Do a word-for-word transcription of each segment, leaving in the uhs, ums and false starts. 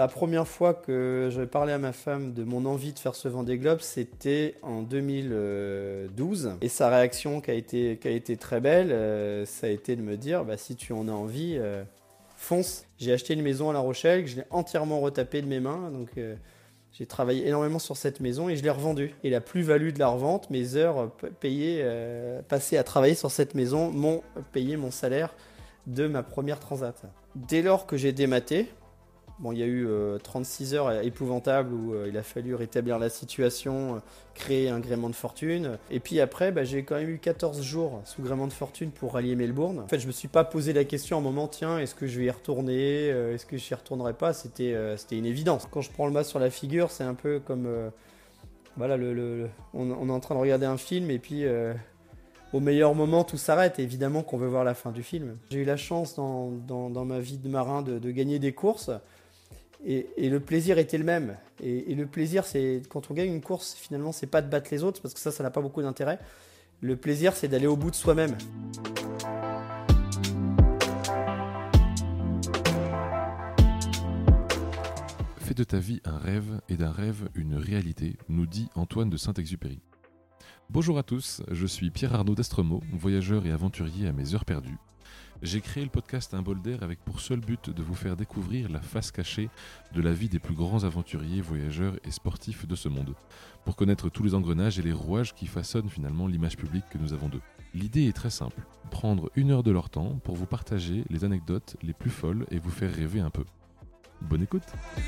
la première fois que j'ai parlé à ma femme de mon envie de faire ce Vendée Globe, c'était en deux mille douze. Et sa réaction qui a été, qui a été très belle, euh, ça a été de me dire, bah, si tu en as envie, euh, fonce. J'ai acheté une maison à La Rochelle, que je l'ai entièrement retapée de mes mains. Donc euh, j'ai travaillé énormément sur cette maison et je l'ai revendue. Et la plus-value de la revente, mes heures payées, euh, passées à travailler sur cette maison, m'ont payé mon salaire de ma première transat. Dès lors que j'ai dématé, bon, il y a eu euh, trente-six heures épouvantables où euh, il a fallu rétablir la situation, euh, créer un gréement de fortune. Et puis après, bah, j'ai quand même eu quatorze jours sous gréement de fortune pour rallier Melbourne. En fait, je me suis pas posé la question à un moment, tiens, est-ce que je vais y retourner, euh, est-ce que je n'y retournerai pas. C'était, euh, c'était une évidence. Quand je prends le masque sur la figure, c'est un peu comme... Euh, voilà, le, le, le, on, on est en train de regarder un film et puis... Euh, Au meilleur moment, tout s'arrête. Évidemment qu'on veut voir la fin du film. J'ai eu la chance dans, dans, dans ma vie de marin de, de gagner des courses. Et, et le plaisir était le même. Et, et le plaisir, c'est quand on gagne une course, finalement, c'est pas de battre les autres, parce que ça, ça n'a pas beaucoup d'intérêt. Le plaisir, c'est d'aller au bout de soi-même. Fais de ta vie un rêve et d'un rêve une réalité, nous dit Antoine de Saint-Exupéry. Bonjour à tous, je suis Pierre-Arnaud d'Estremaux, voyageur et aventurier à mes heures perdues. J'ai créé le podcast Un bol d'air avec pour seul but de vous faire découvrir la face cachée de la vie des plus grands aventuriers, voyageurs et sportifs de ce monde, pour connaître tous les engrenages et les rouages qui façonnent finalement l'image publique que nous avons d'eux. L'idée est très simple, prendre une heure de leur temps pour vous partager les anecdotes les plus folles et vous faire rêver un peu. Bonne écoute!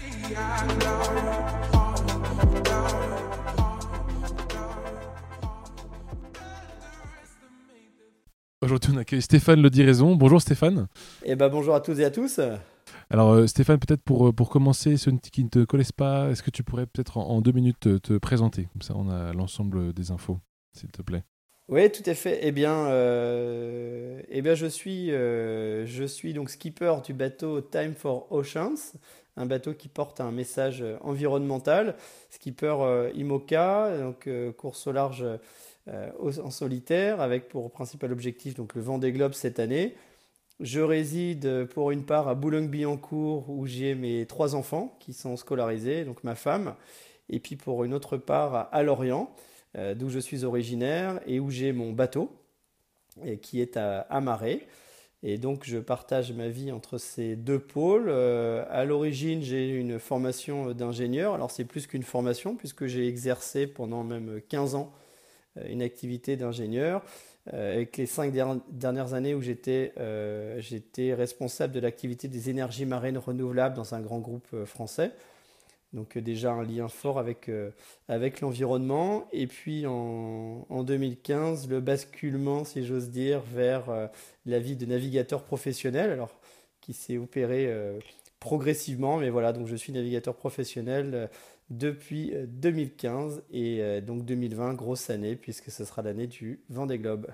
Aujourd'hui, on accueille Stéphane Le Diraison. Bonjour Stéphane. Eh ben, bonjour à toutes et à tous. Alors euh, Stéphane, peut-être pour, pour commencer, ceux qui ne te connaissent pas, est-ce que tu pourrais peut-être en, en deux minutes te, te présenter? Comme ça, on a l'ensemble des infos, s'il te plaît. Oui, tout à fait. Eh bien, euh, eh bien je, suis, euh, je suis donc skipper du bateau Time for Oceans, un bateau qui porte un message environnemental. Skipper euh, IMOCA, donc euh, course au large euh, en solitaire, avec pour principal objectif donc, le Vendée Globe cette année. Je réside pour une part à Boulogne-Billancourt, où j'ai mes trois enfants qui sont scolarisés, donc ma femme, et puis pour une autre part à, à Lorient, euh, d'où je suis originaire, et où j'ai mon bateau, et qui est à, à Marais. Et donc je partage ma vie entre ces deux pôles. Euh, à l'origine, j'ai une formation d'ingénieur. Alors c'est plus qu'une formation, puisque j'ai exercé pendant même quinze ans une activité d'ingénieur. Euh, avec les cinq der- dernières années où j'étais, euh, j'étais responsable de l'activité des énergies marines renouvelables dans un grand groupe euh, français. Donc euh, déjà un lien fort avec, euh, avec l'environnement. Et puis en, en deux mille quinze, le basculement, si j'ose dire, vers euh, la vie de navigateur professionnel, alors qui s'est opéré euh, progressivement. Mais voilà, donc je suis navigateur professionnel euh, depuis euh, deux mille quinze et euh, donc deux mille vingt, grosse année, puisque ce sera l'année du Vendée Globe.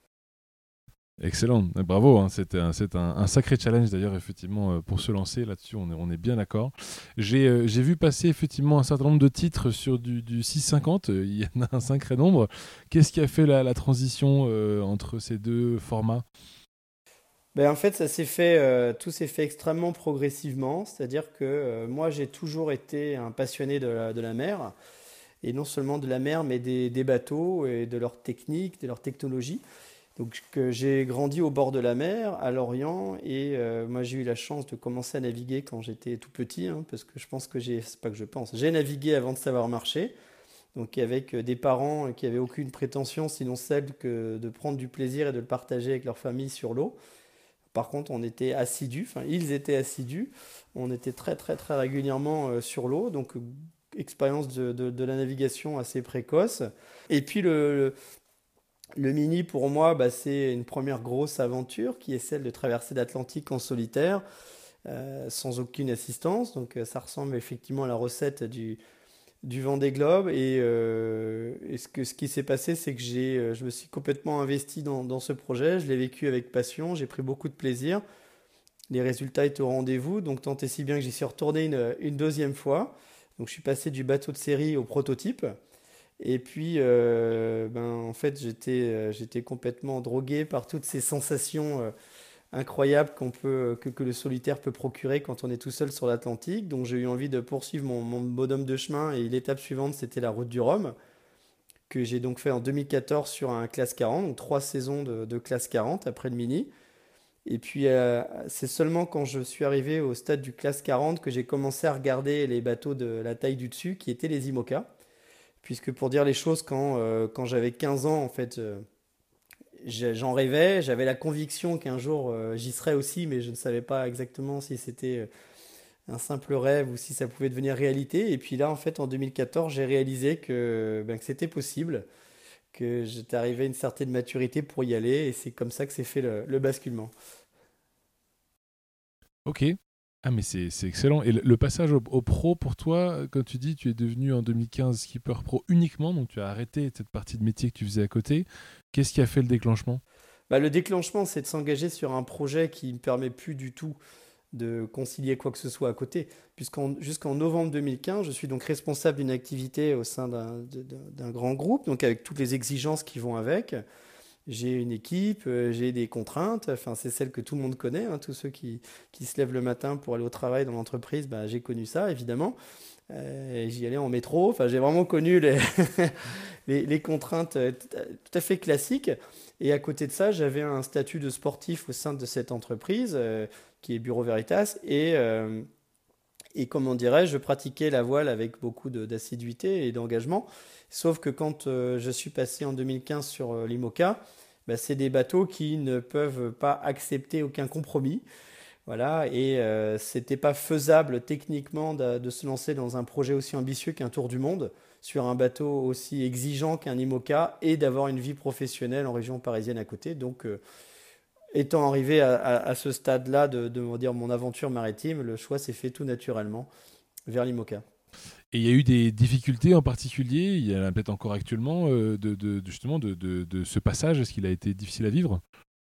Excellent, bravo, hein. C'est, un, c'est un, un sacré challenge d'ailleurs effectivement pour se lancer là-dessus, on est, on est bien d'accord. J'ai, euh, j'ai vu passer effectivement un certain nombre de titres sur du, du six cent cinquante, il y en a un sacré nombre. Qu'est-ce qui a fait la, la transition euh, entre ces deux formats? Ben, en fait, ça s'est fait, euh, tout s'est fait extrêmement progressivement, c'est-à-dire que euh, moi j'ai toujours été un passionné de la, de la mer, et non seulement de la mer, mais des, des bateaux et de leur technique, de leur technologie. Donc que j'ai grandi au bord de la mer, à Lorient, et euh, moi j'ai eu la chance de commencer à naviguer quand j'étais tout petit, hein, parce que je pense que j'ai, c'est pas que je pense, j'ai navigué avant de savoir marcher, donc avec euh, des parents qui avaient aucune prétention, sinon celle que de prendre du plaisir et de le partager avec leur famille sur l'eau. Par contre, on était assidus, enfin ils étaient assidus, on était très très très régulièrement euh, sur l'eau, donc euh, expérience de, de, de la navigation assez précoce. Et puis le, le Le mini, pour moi, bah, c'est une première grosse aventure qui est celle de traverser l'Atlantique en solitaire, euh, sans aucune assistance. Donc, euh, ça ressemble effectivement à la recette du, du Vendée Globe. Et, euh, et ce, que, ce qui s'est passé, c'est que j'ai, euh, je me suis complètement investi dans, dans ce projet. Je l'ai vécu avec passion. J'ai pris beaucoup de plaisir. Les résultats étaient au rendez-vous. Donc, tant et si bien que j'y suis retourné une, une deuxième fois. Donc, je suis passé du bateau de série au prototype. Et puis, euh, ben, en fait, j'étais, euh, j'étais complètement drogué par toutes ces sensations euh, incroyables qu'on peut, que, que le solitaire peut procurer quand on est tout seul sur l'Atlantique. Donc j'ai eu envie de poursuivre mon, mon bonhomme de chemin et l'étape suivante, c'était la route du Rhum, que j'ai donc fait en deux mille quatorze sur un classe quarante, donc trois saisons de, de classe quarante après le mini. Et puis euh, c'est seulement quand je suis arrivé au stade du classe quarante que j'ai commencé à regarder les bateaux de la taille du dessus, qui étaient les IMOCA. Puisque pour dire les choses, quand, euh, quand j'avais quinze ans, en fait, euh, j'ai- j'en rêvais, j'avais la conviction qu'un jour euh, j'y serais aussi, mais je ne savais pas exactement si c'était euh, un simple rêve ou si ça pouvait devenir réalité. Et puis là, en fait, en deux mille quatorze, j'ai réalisé que, ben, que c'était possible, que j'étais arrivé à une certaine maturité pour y aller, et c'est comme ça que s'est fait le, le basculement. Ok. Ah, mais c'est c'est excellent. Et le, le passage au, au pro, pour toi, quand tu dis tu es devenu en deux mille quinze skipper pro uniquement, donc tu as arrêté cette partie de métier que tu faisais à côté, qu'est-ce qui a fait le déclenchement? Bah, le déclenchement, c'est de s'engager sur un projet qui ne me permet plus du tout de concilier quoi que ce soit à côté. Puisqu'en, jusqu'en novembre deux mille quinze, je suis donc responsable d'une activité au sein d'un, de- d'un- d'un grand groupe, donc avec toutes les exigences qui vont avec. J'ai une équipe, euh, j'ai des contraintes, enfin c'est celle que tout le monde connaît, hein, tous ceux qui, qui se lèvent le matin pour aller au travail dans l'entreprise, bah, j'ai connu ça évidemment. Euh, et j'y allais en métro, enfin j'ai vraiment connu les, les, les contraintes euh, tout à tout à fait classiques. Et à côté de ça, j'avais un statut de sportif au sein de cette entreprise, euh, qui est Bureau Veritas, et, euh, et comment dirais-je, je pratiquais la voile avec beaucoup de- d'assiduité et d'engagement. Sauf que quand euh, je suis passé en deux mille quinze sur euh, l'IMOCA, bah, c'est des bateaux qui ne peuvent pas accepter aucun compromis. Voilà, et euh, c'était pas faisable techniquement de, de se lancer dans un projet aussi ambitieux qu'un tour du monde sur un bateau aussi exigeant qu'un IMOCA et d'avoir une vie professionnelle en région parisienne à côté. Donc, euh, étant arrivé à, à- à ce stade-là de, de on dire, mon aventure maritime, le choix s'est fait tout naturellement vers l'IMOCA. Et il y a eu des difficultés en particulier, il y en a peut-être encore actuellement, euh, de, de- de- justement de, de- de ce passage. Est-ce qu'il a été difficile à vivre?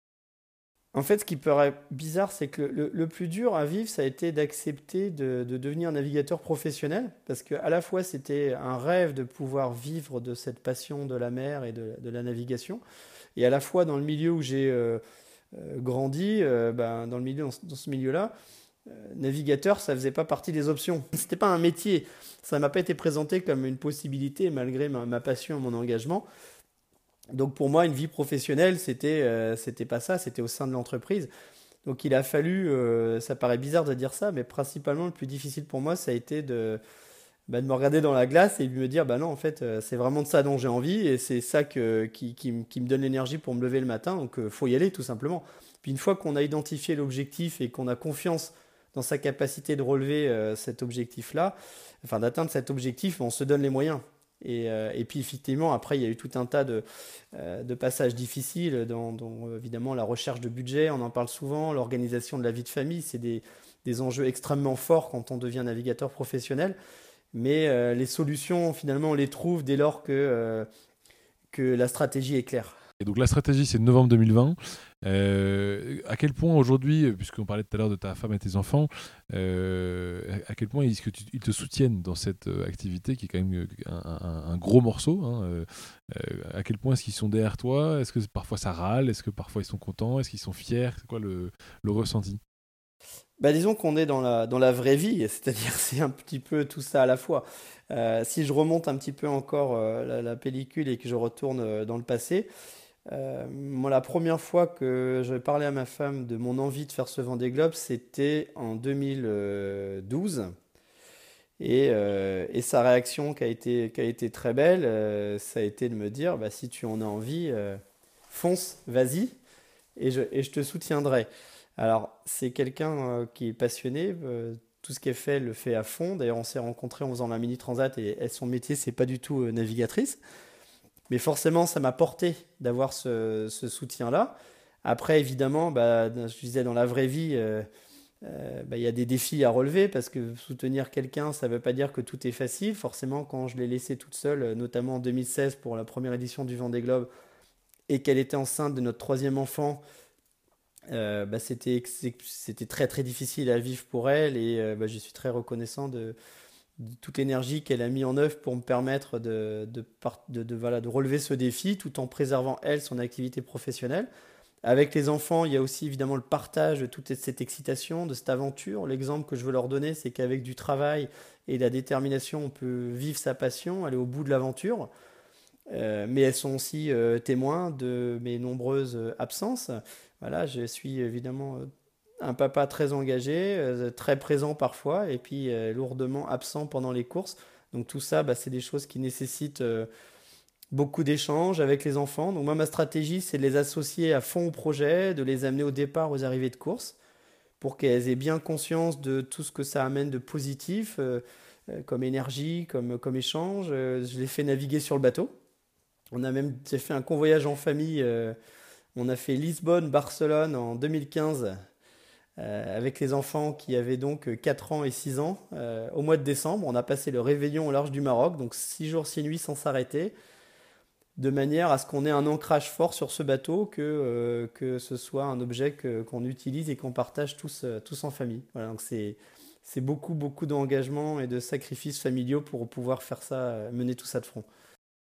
En fait, ce qui paraît bizarre, c'est que le, le- le plus dur à vivre, ça a été d'accepter de, de devenir navigateur professionnel, parce que à la fois c'était un rêve de pouvoir vivre de cette passion de la mer et de, de la navigation, et à la fois dans le milieu où j'ai euh, euh, grandi, euh, ben, dans le milieu, dans, ce dans ce milieu-là, euh, navigateur, ça faisait pas partie des options. C'était pas un métier, ça m'a pas été présenté comme une possibilité malgré ma, ma passion et mon engagement. Donc pour moi, une vie professionnelle, c'était euh, c'était pas ça, c'était au sein de l'entreprise. Donc il a fallu, euh, ça paraît bizarre de dire ça, mais principalement le plus difficile pour moi, ça a été de, bah, de me regarder dans la glace et de me dire, bah non, en fait, euh, c'est vraiment de ça dont j'ai envie et c'est ça que, qui, qui, m- qui me donne l'énergie pour me lever le matin. Donc il faut y aller tout simplement. Puis une fois qu'on a identifié l'objectif et qu'on a confiance dans sa capacité de relever euh, cet objectif-là, enfin d'atteindre cet objectif, on se donne les moyens. Et, euh, et puis effectivement, après, il y a eu tout un tas de, euh, de passages difficiles, dont, dont, euh, évidemment la recherche de budget, on en parle souvent, l'organisation de la vie de famille, c'est des, des enjeux extrêmement forts quand on devient navigateur professionnel. Mais euh, les solutions, finalement, on les trouve dès lors que, euh, que la stratégie est claire. Et donc la stratégie, c'est novembre deux mille vingt. Euh, à quel point aujourd'hui, euh, puisqu'on parlait tout à l'heure de ta femme et tes enfants, euh, à quel point est-ce que tu- ils te soutiennent dans cette euh, activité qui est quand même euh, un, un- un gros morceau, hein, euh, euh, à quel point est-ce qu'ils sont derrière toi? Est-ce que parfois ça râle? Est-ce que parfois ils sont contents? Est-ce qu'ils sont fiers? C'est quoi le, le ressenti? Bah, disons qu'on est dans la, dans la vraie vie, c'est-à-dire c'est un petit peu tout ça à la fois. Euh, si je remonte un petit peu encore euh, la, la pellicule et que je retourne euh, dans le passé, euh, moi la première fois que je parlais à ma femme de mon envie de faire ce Vendée Globe, c'était en deux mille douze. Et, euh, et sa réaction qui a été, qui a été très belle, euh, ça a été de me dire, bah, si tu en as envie, euh, fonce, vas-y, et je, et je te soutiendrai. Alors, c'est quelqu'un euh, qui est passionné, euh, tout ce qu'elle fait, elle le fait à fond. D'ailleurs, on s'est rencontrés en faisant la Mini Transat et elle, son métier, c'est pas du tout euh, navigatrice. Mais forcément, ça m'a porté d'avoir ce, ce soutien-là. Après, évidemment, bah, je disais, dans la vraie vie, euh, euh, bah, il y a des défis à relever parce que soutenir quelqu'un, ça ne veut pas dire que tout est facile. Forcément, quand je l'ai laissée toute seule, euh, notamment en deux mille seize pour la première édition du Vendée Globe, et qu'elle était enceinte de notre troisième enfant, euh, bah, c'était, c'était très très difficile à vivre pour elle et euh, bah, je suis très reconnaissant de, de toute l'énergie qu'elle a mis en œuvre pour me permettre de, de, par- de- de, voilà, de relever ce défi tout en préservant elle son activité professionnelle. Avec les enfants, il y a aussi évidemment le partage de toute cette excitation, de cette aventure. L'exemple que je veux leur donner, c'est qu'avec du travail et de la détermination, on peut vivre sa passion, aller au bout de l'aventure. Euh, mais elles sont aussi euh, témoins de mes nombreuses euh, absences. Voilà, je suis évidemment euh, un papa très engagé, euh, très présent parfois, et puis euh, lourdement absent pendant les courses. Donc tout ça, bah, c'est des choses qui nécessitent euh, beaucoup d'échanges avec les enfants. Donc moi, ma stratégie, c'est de les associer à fond au projet, de les amener au départ, aux arrivées de course, pour qu'elles aient bien conscience de tout ce que ça amène de positif, euh, euh, comme énergie, comme, comme échange. Euh, je les fais naviguer sur le bateau. On a même j'ai fait un convoyage en famille. Euh, on a fait Lisbonne-Barcelone en deux mille quinze euh, avec les enfants qui avaient donc quatre ans et six ans. Euh, au mois de décembre, on a passé le réveillon au large du Maroc, donc six jours, six nuits sans s'arrêter, de manière à ce qu'on ait un ancrage fort sur ce bateau, que, euh, que ce soit un objet que- qu'on utilise et qu'on partage tous, euh, tous en famille. Voilà, donc c'est, c'est beaucoup, beaucoup d'engagement et de sacrifices familiaux pour pouvoir faire ça, euh, mener tout ça de front.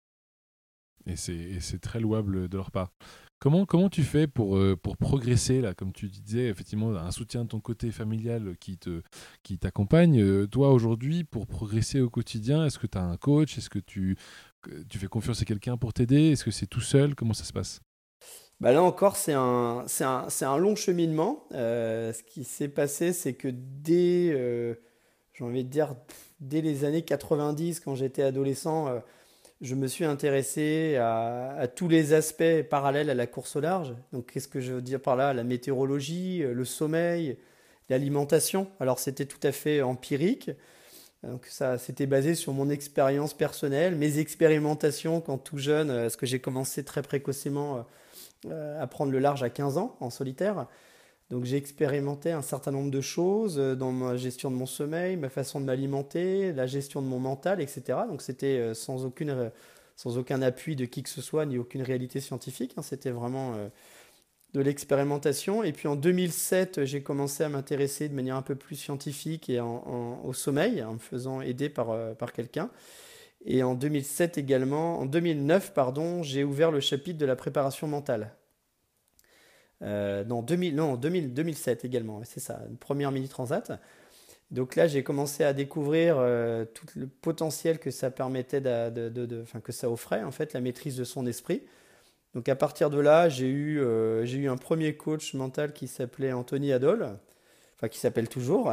Et c'est, et c'est très louable de leur part. Comment, comment tu fais pour, euh, pour progresser, là, comme tu disais, effectivement, un soutien de ton côté familial qui, te, qui t'accompagne. Euh, toi, aujourd'hui, pour progresser au quotidien, est-ce que tu as un coach? Est-ce que tu, que tu fais confiance à quelqu'un pour t'aider? Est-ce que c'est tout seul? Comment ça se passe? Bah là encore, c'est un, c'est un, c'est un long cheminement. Euh, ce qui s'est passé, c'est que dès, euh, j'ai envie de dire, dès les années quatre-vingt-dix, quand j'étais adolescent, euh, je me suis intéressé à, à tous les aspects parallèles à la course au large. Donc, qu'est-ce que je veux dire par là? La météorologie, euh, le sommeil, l'alimentation. Alors, c'était tout à fait empirique. Donc, ça, c'était basé sur mon expérience personnelle, mes expérimentations quand tout jeune, euh, parce que j'ai commencé très précocement euh, à prendre le large à quinze ans en solitaire. Donc j'ai expérimenté un certain nombre de choses euh, dans ma gestion de mon sommeil, ma façon de m'alimenter, la gestion de mon mental, et cetera. Donc c'était euh, sans aucune, ré- sans aucun appui de qui que ce soit, ni aucune réalité scientifique, hein. C'était vraiment euh, de l'expérimentation. Et puis en deux mille sept, j'ai commencé à m'intéresser de manière un peu plus scientifique et en- en- au sommeil, en me faisant aider par, euh, par quelqu'un. Et en deux mille sept également, en deux mille neuf, pardon, j'ai ouvert le chapitre de la préparation mentale. Euh, non, deux mille, non, deux mille, deux mille sept également, ouais, c'est ça, une première mini transat. Donc là, j'ai commencé à découvrir euh, tout le potentiel que ça permettait de, de- de- de- enfin, que ça offrait, en fait, la maîtrise de son esprit. Donc à partir de là, j'ai eu, euh, j'ai eu un premier coach mental qui s'appelait Anthony Adol, enfin qui s'appelle toujours,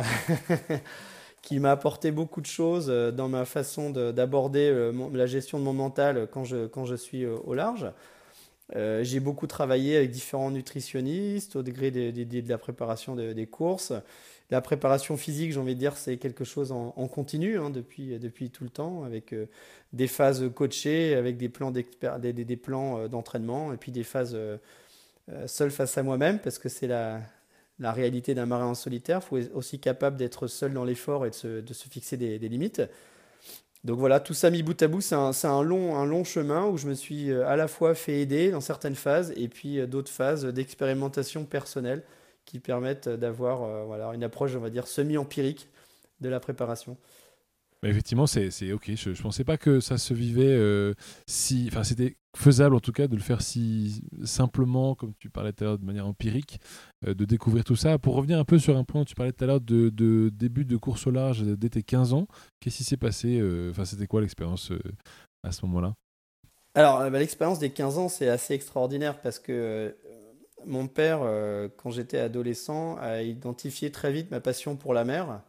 qui m'a apporté beaucoup de choses euh, dans ma façon de- d'aborder euh, mon- la gestion de mon mental quand je, quand je suis euh, au large. Euh, j'ai beaucoup travaillé avec différents nutritionnistes au degré des- des- des- de la préparation de- des courses. La préparation physique, j'ai envie de dire, c'est quelque chose en, en continu, hein, depuis, depuis tout le temps, avec euh, des phases coachées, avec des plans, d'expér- des, des- des plans euh, d'entraînement, et puis des phases euh, euh, seul face à moi-même, parce que c'est la, la réalité d'un marin en solitaire. Il faut être aussi capable d'être seul dans l'effort et de se, de se fixer des, des limites. Donc voilà, tout ça mis bout à bout, c'est un, c'est un long, un long chemin où je me suis euh, à la fois fait aider dans certaines phases et puis euh, d'autres phases d'expérimentation personnelle qui permettent d'avoir euh, voilà, une approche, on va dire, semi-empirique de la préparation. Mais effectivement, c'est, c'est ok. Je, je pensais pas que ça se vivait euh, si. Enfin, c'était faisable en tout cas de le faire si simplement, comme tu parlais tout à l'heure, de manière empirique, euh, de découvrir tout ça. Pour revenir un peu sur un point, tu parlais tout à l'heure de, de début de course au large dès tes quinze ans. Qu'est-ce qui s'est passé euh, Enfin, c'était quoi l'expérience euh, à ce moment-là? Alors, euh, bah, l'expérience des quinze ans, c'est assez extraordinaire parce que euh, mon père, euh, quand j'étais adolescent, a identifié très vite ma passion pour la mer.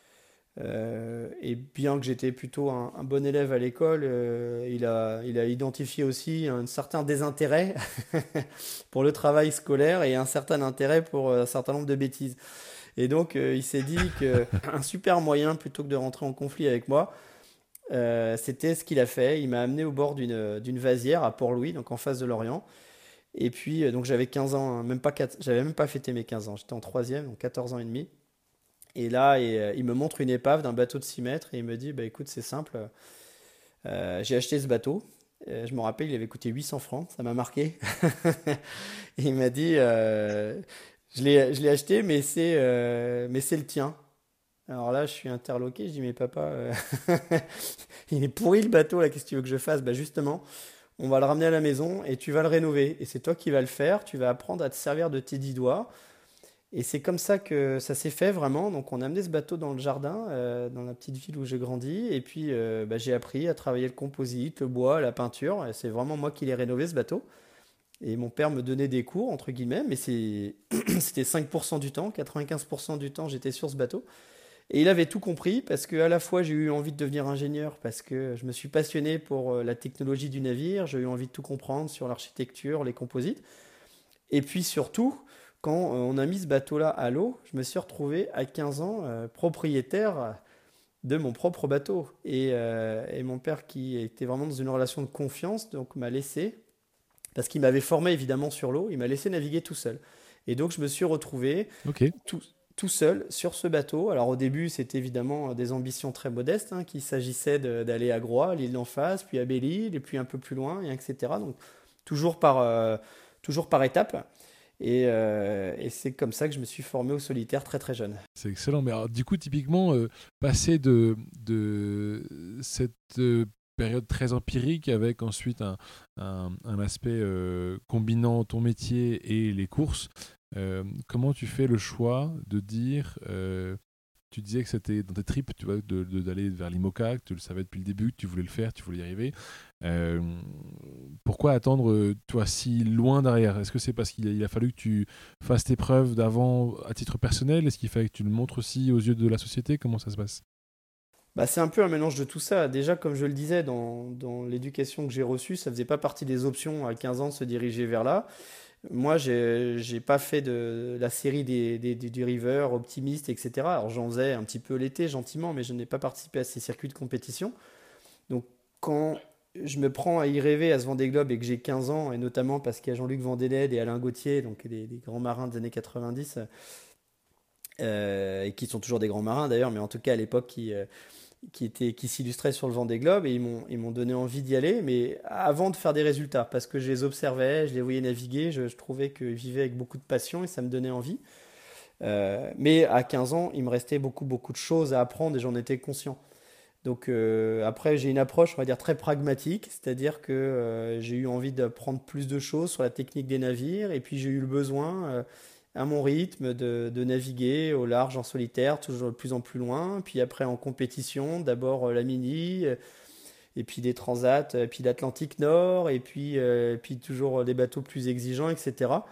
Euh, et bien que j'étais plutôt un, un bon élève à l'école, euh, il a, il a identifié aussi un certain désintérêt pour le travail scolaire et un certain intérêt pour euh, un certain nombre de bêtises. Et donc, euh, il s'est dit qu'un super moyen, plutôt que de rentrer en conflit avec moi, euh, c'était ce qu'il a fait. Il m'a amené au bord d'une d'une vasière à Port-Louis, donc en face de Lorient. Et puis, euh, donc j'avais quinze ans, hein, même pas quatre- j'avais même pas fêté mes quinze ans. J'étais en troisième, donc quatorze ans et demi. Et là, et, euh, il me montre une épave d'un bateau de six mètres et il me dit, bah écoute, c'est simple, euh, j'ai acheté ce bateau. Euh, je me rappelle, il avait coûté huit cents francs, ça m'a marqué. Et il m'a dit, euh, je l'ai, je l'ai acheté, mais c'est euh, mais c'est le tien. Alors là, je suis interloqué, je dis, mais papa, euh, il est pourri le bateau, là, qu'est-ce que tu veux que je fasse? Bah justement, on va le ramener à la maison et tu vas le rénover. Et c'est toi qui vas le faire, tu vas apprendre à te servir de tes dix doigts. Et c'est comme ça que ça s'est fait vraiment. Donc on a amené ce bateau dans le jardin, euh, dans la petite ville où j'ai grandi. Et puis euh, bah, j'ai appris à travailler le composite, le bois, la peinture. Et c'est vraiment moi qui l'ai rénové ce bateau. Et mon père me donnait des cours, entre guillemets, mais c'est... c'était cinq pour cent du temps. quatre-vingt-quinze pour cent du temps, j'étais sur ce bateau. Et il avait tout compris parce que à la fois j'ai eu envie de devenir ingénieur parce que je me suis passionné pour euh, la technologie du navire, j'ai eu envie de tout comprendre sur l'architecture, les composites. Et puis surtout, quand euh, on a mis ce bateau-là à l'eau, je me suis retrouvé à quinze ans euh, propriétaire de mon propre bateau. Et, euh, et mon père, qui était vraiment dans une relation de confiance, donc m'a laissé, parce qu'il m'avait formé évidemment sur l'eau, il m'a laissé naviguer tout seul. Et donc je me suis retrouvé Ok. tout, tout seul sur ce bateau. Alors au début, c'était évidemment des ambitions très modestes, hein, qu'il s'agissait de- d'aller à Groix, l'île d'en face, puis à Belle-Île, et puis un peu plus loin, et et cetera. Donc toujours par, euh, toujours par étapes. Et, euh, et c'est comme ça que je me suis formé au solitaire très très jeune. C'est excellent. Mais alors, du coup, typiquement, euh, passer de, de cette euh, période très empirique avec ensuite un, un, un aspect euh, combinant ton métier et les courses, euh, comment tu fais le choix de dire, euh, tu disais que c'était dans tes tripes, tu vois, de, de- d'aller vers l'IMOCA, que tu le savais depuis le début, que tu voulais le faire, tu voulais y arriver. Euh, Pourquoi attendre, euh, toi, si loin derrière? Est-ce que c'est parce qu'il a, il a fallu que tu fasses tes preuves d'avant à titre personnel? Est-ce qu'il fallait que tu le montres aussi aux yeux de la société? Comment ça se passe? Bah, c'est un peu un mélange de tout ça. Déjà, comme je le disais, dans, dans l'éducation que j'ai reçue, ça faisait pas partie des options à quinze ans de se diriger vers là. Moi, j'ai j'ai pas fait de la série des, des, des- du River, Optimiste, et cetera. Alors j'en faisais un petit peu l'été, gentiment, mais je n'ai pas participé à ces circuits de compétition. Donc quand je me prends à y rêver à ce Vendée Globe et que j'ai quinze ans, et notamment parce qu'il y a Jean-Luc Vandeled et Alain Gauthier, donc des, des grands marins des années quatre-vingt-dix, euh, et qui sont toujours des grands marins d'ailleurs, mais en tout cas à l'époque qui, euh, qui, étaient, qui s'illustraient sur le Vendée Globe, et ils m'ont, ils m'ont donné envie d'y aller, mais avant de faire des résultats, parce que je les observais, je les voyais naviguer, je, je trouvais qu'ils vivaient avec beaucoup de passion et ça me donnait envie. Euh, mais à quinze ans, il me restait beaucoup, beaucoup de choses à apprendre et j'en étais conscient. Donc euh, après, j'ai une approche, on va dire, très pragmatique, c'est-à-dire que euh, j'ai eu envie d'apprendre plus de choses sur la technique des navires, et puis j'ai eu le besoin, euh, à mon rythme, de, de naviguer au large en solitaire, toujours de plus en plus loin, puis après en compétition, d'abord euh, la Mini, euh, et puis des transats, euh, puis l'Atlantique Nord, et puis, euh, puis toujours des bateaux plus exigeants, et cetera.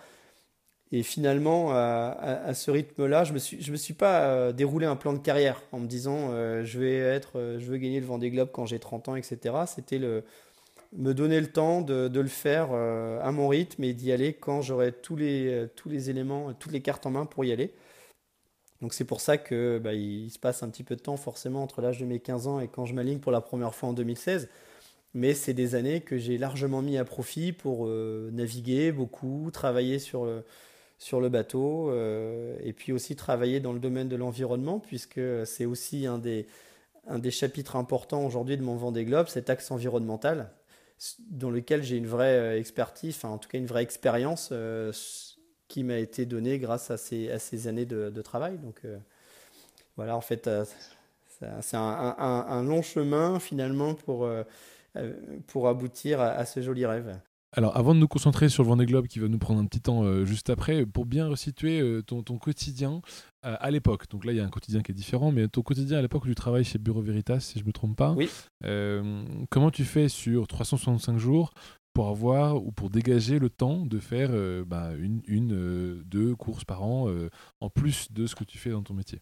Et finalement, à, à- à ce rythme-là, je me suis, je me suis pas euh, déroulé un plan de carrière en me disant euh, je vais être, euh, je veux gagner le Vendée Globe quand j'ai trente ans, et cetera. C'était le, me donner le temps de, de le faire euh, à mon rythme et d'y aller quand j'aurai tous les, euh, tous les éléments, toutes les cartes en main pour y aller. Donc c'est pour ça que bah, il, il se passe un petit peu de temps forcément entre l'âge de mes quinze ans et quand je m'aligne pour la première fois en deux mille seize. Mais c'est des années que j'ai largement mis à profit pour euh, naviguer beaucoup, travailler sur le, sur le bateau, euh, et puis aussi travailler dans le domaine de l'environnement, puisque c'est aussi un des, un des chapitres importants aujourd'hui de mon Vendée Globe, cet axe environnemental, dans lequel j'ai une vraie euh, expertise, enfin en tout cas une vraie expérience euh, qui m'a été donnée grâce à ces, à ces années de, de travail. Donc euh, voilà, en fait, euh, ça- c'est un, un- un long chemin finalement pour, euh, euh, pour aboutir à, à ce joli rêve. Alors, avant de nous concentrer sur le Vendée Globe qui va nous prendre un petit temps euh, juste après, pour bien resituer euh, ton, ton quotidien euh, à l'époque. Donc là, il y a un quotidien qui est différent, mais ton quotidien à l'époque où tu travailles chez Bureau Veritas, si je ne me trompe pas, Oui. euh, comment tu fais sur trois cent soixante-cinq jours pour avoir ou pour dégager le temps de faire euh, bah, une, une euh, deux courses par an euh, en plus de ce que tu fais dans ton métier?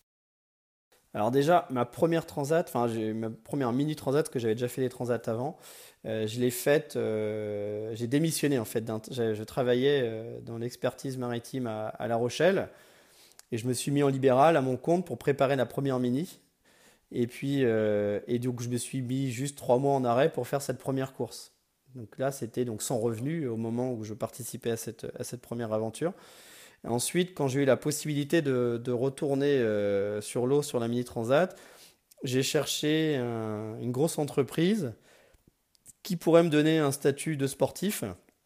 Alors déjà, ma première transat, enfin j'ai ma première mini transat, parce que j'avais déjà fait les transats avant, euh, je l'ai faite, euh, j'ai démissionné en fait. d'un- j'ai- Je travaillais euh, dans l'expertise maritime à, à La Rochelle et je me suis mis en libéral à mon compte pour préparer la première mini. Et puis, euh, et donc je me suis mis juste trois mois en arrêt pour faire cette première course. Donc là, c'était donc sans revenu au moment où je participais à cette, à cette première aventure. Ensuite, quand j'ai eu la possibilité de, de retourner euh, sur l'eau sur la Mini Transat, j'ai cherché un- une grosse entreprise qui pourrait me donner un statut de sportif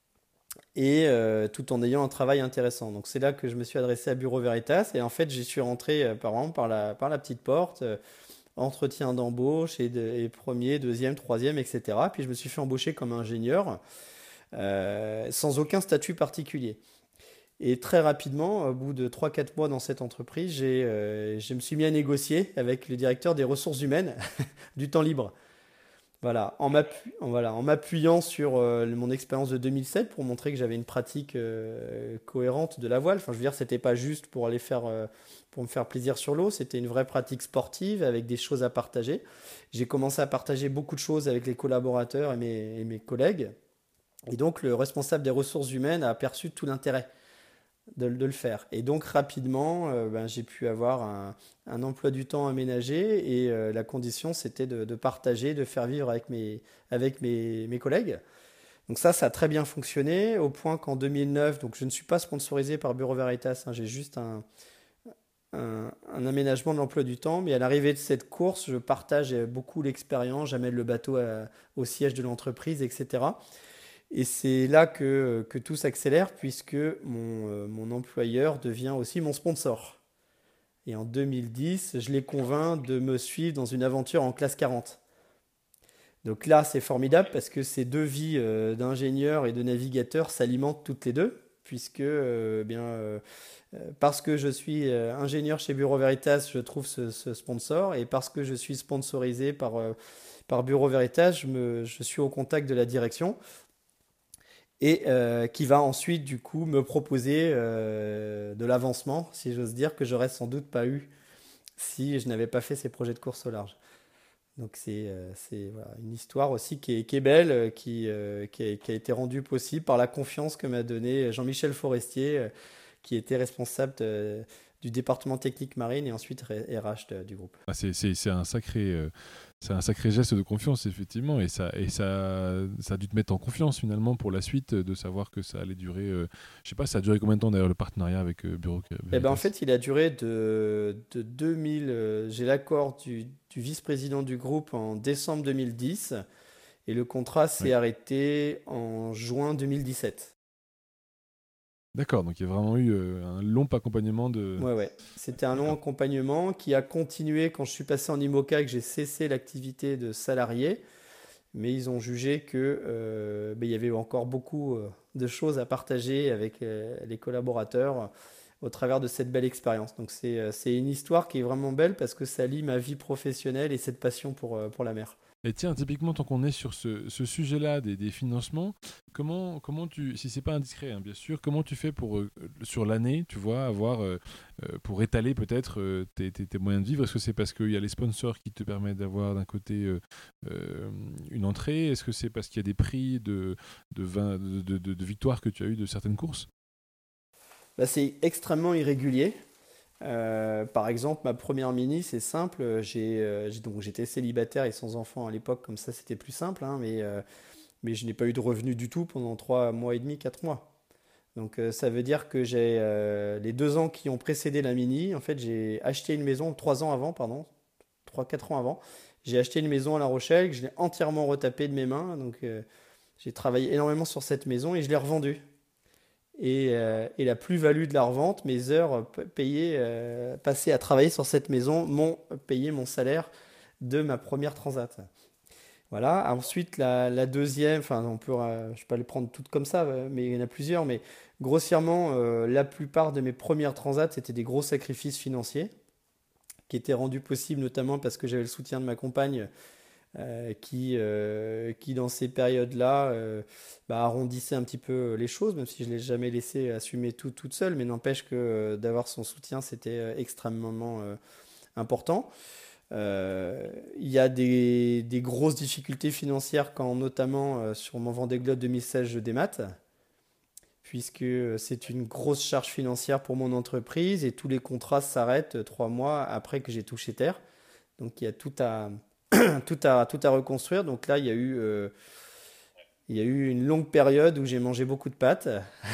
et euh, tout en ayant un travail intéressant. Donc c'est là que je me suis adressé à Bureau Veritas et en fait j'y suis rentré euh, par exemple par la, par la petite porte. Euh, entretien d'embauche et, de- et premier, deuxième, troisième, et cetera. Puis je me suis fait embaucher comme ingénieur euh, sans aucun statut particulier. Et très rapidement, au bout de trois quatre mois dans cette entreprise, j'ai, euh, je me suis mis à négocier avec le directeur des ressources humaines du temps libre. Voilà, en m'appu- en- voilà, en m'appuyant sur euh, mon expérience de deux mille sept pour montrer que j'avais une pratique euh, cohérente de la voile. Enfin, je veux dire, c'était pas juste pour aller faire, euh, pour me faire plaisir sur l'eau, c'était une vraie pratique sportive avec des choses à partager. J'ai commencé à partager beaucoup de choses avec les collaborateurs et mes, et mes collègues. Et donc, le responsable des ressources humaines a aperçu tout l'intérêt de, de le faire. Et donc rapidement, euh, ben, j'ai pu avoir un, un emploi du temps aménagé et euh, la condition c'était de, de partager, de faire vivre avec mes, avec mes, mes collègues. Donc ça, ça a très bien fonctionné au point qu'en deux mille neuf, donc je ne suis pas sponsorisé par Bureau Veritas, hein, j'ai juste un, un, un aménagement de l'emploi du temps, mais à l'arrivée de cette course, je partage beaucoup l'expérience, j'amène le bateau à- au siège de l'entreprise, et cetera. Et c'est là que, que tout s'accélère puisque mon, euh, mon employeur devient aussi mon sponsor. Et en deux mille dix, je les convainc de me suivre dans une aventure en classe quarante. Donc là, c'est formidable parce que ces deux vies euh, d'ingénieur et de navigateur s'alimentent toutes les deux, puisque euh, eh bien, euh, euh, parce que je suis euh, ingénieur chez Bureau Veritas, je trouve ce, ce sponsor, et parce que je suis sponsorisé par, euh, par Bureau Veritas, je, me, je suis au contact de la direction et euh, qui va ensuite du coup me proposer euh, de l'avancement, si j'ose dire, que j'aurais sans doute pas eu si je n'avais pas fait ces projets de course au large. Donc c'est euh, c'est voilà, une histoire aussi qui est, qui est belle, euh, qui, euh, qui, a, qui a été rendue possible par la confiance que m'a donné Jean-Michel Forestier, euh, qui était responsable de- du département technique marine et ensuite R H de- du groupe. Ah, c'est, c'est- c'est un sacré, euh, c'est un sacré geste de confiance, effectivement, et ça, et ça, ça a dû te mettre en confiance finalement pour la suite, euh, de savoir que ça allait durer. Euh, je sais pas, ça a duré combien de temps d'ailleurs le partenariat avec euh, Bureau Eh ben, en Veritas? fait, il a duré de, de deux mille. euh, j'ai l'accord du, du vice-président du groupe en décembre deux mille dix et le contrat s'est Oui. arrêté en juin deux mille dix-sept. D'accord, donc il y a vraiment eu euh, un long accompagnement de. Ouais, ouais. C'était un long D'accord. accompagnement qui a continué quand je suis passé en IMOCA et que j'ai cessé l'activité de salarié. Mais ils ont jugé que euh, ben, il y avait encore beaucoup euh, de choses à partager avec euh, les collaborateurs euh, au travers de cette belle expérience. Donc c'est euh, c'est une histoire qui est vraiment belle parce que ça lie ma vie professionnelle et cette passion pour, euh, pour la mer. Et tiens, typiquement, tant qu'on est sur ce, ce sujet-là des, des financements, comment, comment tu, si c'est pas indiscret, hein, bien sûr, comment tu fais pour, euh, sur l'année, tu vois, avoir, euh, euh, pour étaler peut-être euh, tes, tes- tes moyens de vivre? Est-ce que c'est parce qu'il y a les sponsors qui te permettent d'avoir d'un côté euh, euh, une entrée? Est-ce que c'est parce qu'il y a des prix de, de, vin- de, de, de- de victoires que tu as eu de certaines courses? Là, c'est extrêmement irrégulier. Euh, par exemple, ma première mini, c'est simple. J'ai, euh, j'ai- donc j'étais célibataire et sans enfant à l'époque, comme ça c'était plus simple, hein, mais, euh, mais je n'ai pas eu de revenus du tout pendant trois mois et demi, quatre mois. Donc euh, ça veut dire que j'ai euh, les deux ans qui ont précédé la mini, en fait j'ai acheté une maison, trois ans avant, pardon, trois, quatre ans avant, j'ai acheté une maison à La Rochelle que je l'ai entièrement retapée de mes mains. Donc euh, j'ai travaillé énormément sur cette maison et je l'ai revendue. Et, euh, et la plus-value de la revente, mes heures p- payées, euh, passées à travailler sur cette maison, m'ont payé mon salaire de ma première transat. Voilà. Ensuite, la, la deuxième, enfin, on peut, euh, je ne vais pas les prendre toutes comme ça, euh, mais il y en a plusieurs. Mais grossièrement, euh, la plupart de mes premières transats, c'était des gros sacrifices financiers qui étaient rendus possibles notamment parce que j'avais le soutien de ma compagne euh, qui, euh, qui, dans ces périodes-là, euh, bah, arrondissait un petit peu les choses, même si je ne l'ai jamais laissé assumer tout toute seule. Mais n'empêche que euh, d'avoir son soutien, c'était euh, extrêmement euh, important. Euh, il y a des, des grosses difficultés financières quand notamment euh, sur mon Vendée Globe deux mille seize je démate, puisque euh, c'est une grosse charge financière pour mon entreprise et tous les contrats s'arrêtent euh, trois mois après que j'ai touché terre. Donc il y a tout à, tout à, tout à reconstruire. Donc là, il y a eu, euh, il y a eu une longue période où j'ai mangé beaucoup de pâtes.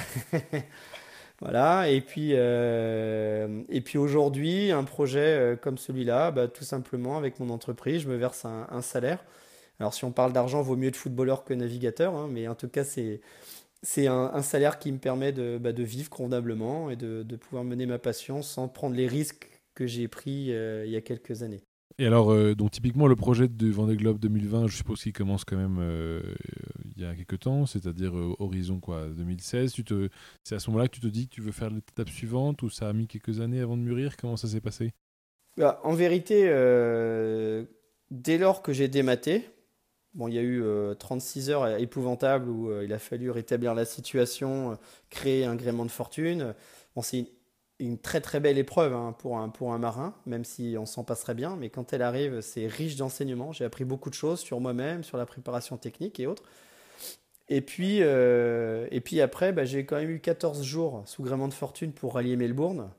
Voilà, et puis, euh, et puis aujourd'hui, un projet euh, comme celui-là, bah, tout simplement avec mon entreprise, je me verse un, un salaire. Alors si on parle d'argent, vaut mieux être footballeur que navigateur, hein, mais en tout cas, c'est, c'est un, un salaire qui me permet de, bah, de vivre convenablement et de, de pouvoir mener ma passion sans prendre les risques que j'ai pris euh, il y a quelques années. Et alors, euh, donc typiquement, le projet de Vendée Globe deux mille vingt, je suppose qu'il commence quand même euh, il y a quelques temps, c'est-à-dire euh, horizon quoi, deux mille seize. Tu te... C'est à ce moment-là que tu te dis que tu veux faire l'étape suivante ou ça a mis quelques années avant de mûrir? Comment ça s'est passé? Bah, en vérité, euh, dès lors que j'ai dématé, bon, il y a eu euh, trente-six heures épouvantables où euh, il a fallu rétablir la situation, euh, créer un gréement de fortune. Bon, c'est une, une très très belle épreuve hein, pour un, pour un marin, même si on s'en passerait bien, mais quand elle arrive, c'est riche d'enseignements. J'ai appris beaucoup de choses sur moi-même, sur la préparation technique et autres. Et puis, euh, et puis après, bah, j'ai quand même eu quatorze jours sous gréement de fortune pour rallier Melbourne.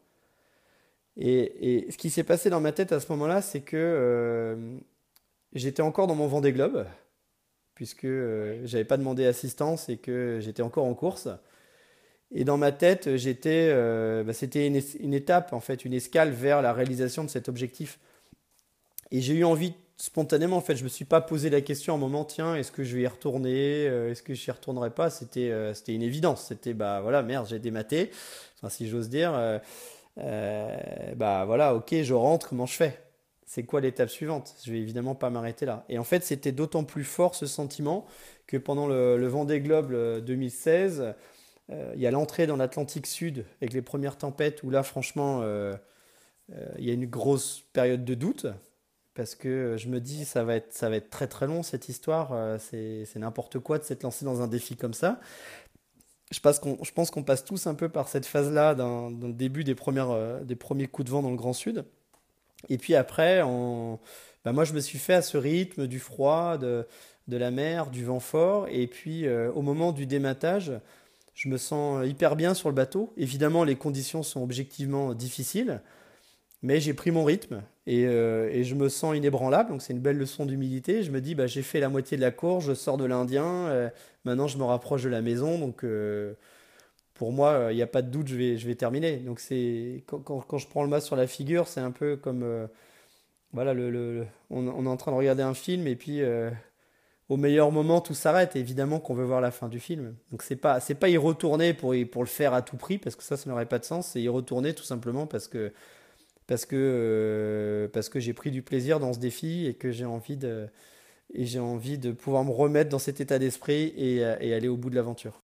Et, et ce qui s'est passé dans ma tête à ce moment-là, c'est que euh, j'étais encore dans mon Vendée Globe, puisque euh, j'avais pas demandé assistance et que j'étais encore en course. Et dans ma tête, j'étais, euh, bah, c'était une, es- une étape, en fait, une escale vers la réalisation de cet objectif. Et j'ai eu envie, spontanément, en fait, je me suis pas posé la question à un moment, tiens, est-ce que je vais y retourner, euh, est-ce que je y retournerai pas? C'était, euh, c'était une évidence. C'était, bah voilà, merde, j'ai dématé, enfin, si j'ose dire. euh, euh, bah voilà, ok, je rentre, comment je fais? C'est quoi l'étape suivante? Je vais évidemment pas m'arrêter là. Et en fait, c'était d'autant plus fort ce sentiment que pendant le, le Vendée Globe euh, deux mille seize, euh, il y a l'entrée dans l'Atlantique Sud avec les premières tempêtes où là, franchement, euh, euh, il y a une grosse période de doute parce que je me dis ça va être, ça va être très très long cette histoire. euh, c'est c'est n'importe quoi de s'être lancé dans un défi comme ça. Je, passe qu'on- je pense qu'on passe tous un peu par cette phase-là dans, dans le début des, premières, euh, des premiers coups de vent dans le Grand Sud. Et puis après, on- bah moi je me suis fait à ce rythme du froid, de, de la mer, du vent fort. Et puis euh, au moment du dématage, je me sens hyper bien sur le bateau. Évidemment, les conditions sont objectivement difficiles. Mais j'ai pris mon rythme et, euh, et je me sens inébranlable, donc c'est une belle leçon d'humilité. Je me dis, bah, j'ai fait la moitié de la course, je sors de l'Indien, euh, maintenant je me rapproche de la maison, donc euh, pour moi, il n'y a pas de doute, je vais, je vais terminer. Donc c'est quand, quand- quand je prends le mât sur la figure, c'est un peu comme, euh, voilà, le, le- le- on, on est en train de regarder un film et puis euh, au meilleur moment, tout s'arrête. Et évidemment qu'on veut voir la fin du film. Donc c'est pas, c'est pas y retourner pour, y- pour le faire à tout prix, parce que ça, ça n'aurait pas de sens. C'est y retourner tout simplement parce que parce que, euh, parce que j'ai pris du plaisir dans ce défi et que j'ai envie de, et j'ai envie de pouvoir me remettre dans cet état d'esprit et, euh, et aller au bout de l'aventure.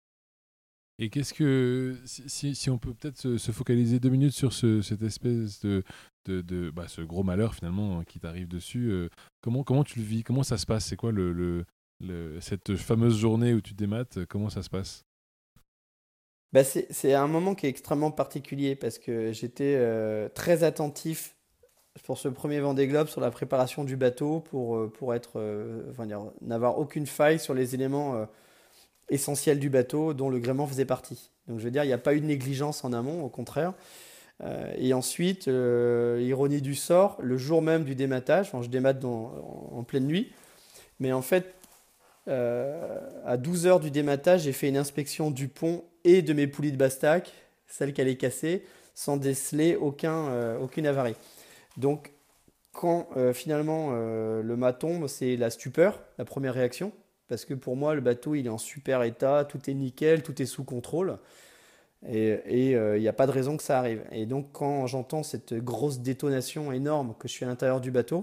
Et qu'est-ce que, si, si- si on peut peut-être se, se focaliser deux minutes sur ce, cette espèce de, de, de- bah, ce gros malheur finalement hein, qui t'arrive dessus, euh, comment, comment tu le vis? Comment ça se passe? C'est quoi le, le, le- cette fameuse journée où tu démates? Comment ça se passe? Bah, c'est, c'est un moment qui est extrêmement particulier parce que j'étais euh, très attentif pour ce premier Vendée Globe sur la préparation du bateau pour, euh, pour être, euh, enfin, dire, n'avoir aucune faille sur les éléments euh, essentiels du bateau dont le gréement faisait partie. Donc je veux dire, il n'y a pas eu de négligence en amont, au contraire. Euh, et ensuite, euh, ironie du sort, le jour même du dématage, enfin, je démate dans- en, en pleine nuit, mais en fait, euh, à douze heures du dématage, j'ai fait une inspection du pont et de mes poulies de Bastac, celle qui allait casser, sans déceler aucun, euh, aucune avarie. Donc, quand euh, finalement euh, le mât tombe, c'est la stupeur, la première réaction, parce que pour moi, le bateau, il est en super état, tout est nickel, tout est sous contrôle. Et il euh, n'y a pas de raison que ça arrive. Et donc, quand j'entends cette grosse détonation énorme, que je suis à l'intérieur du bateau,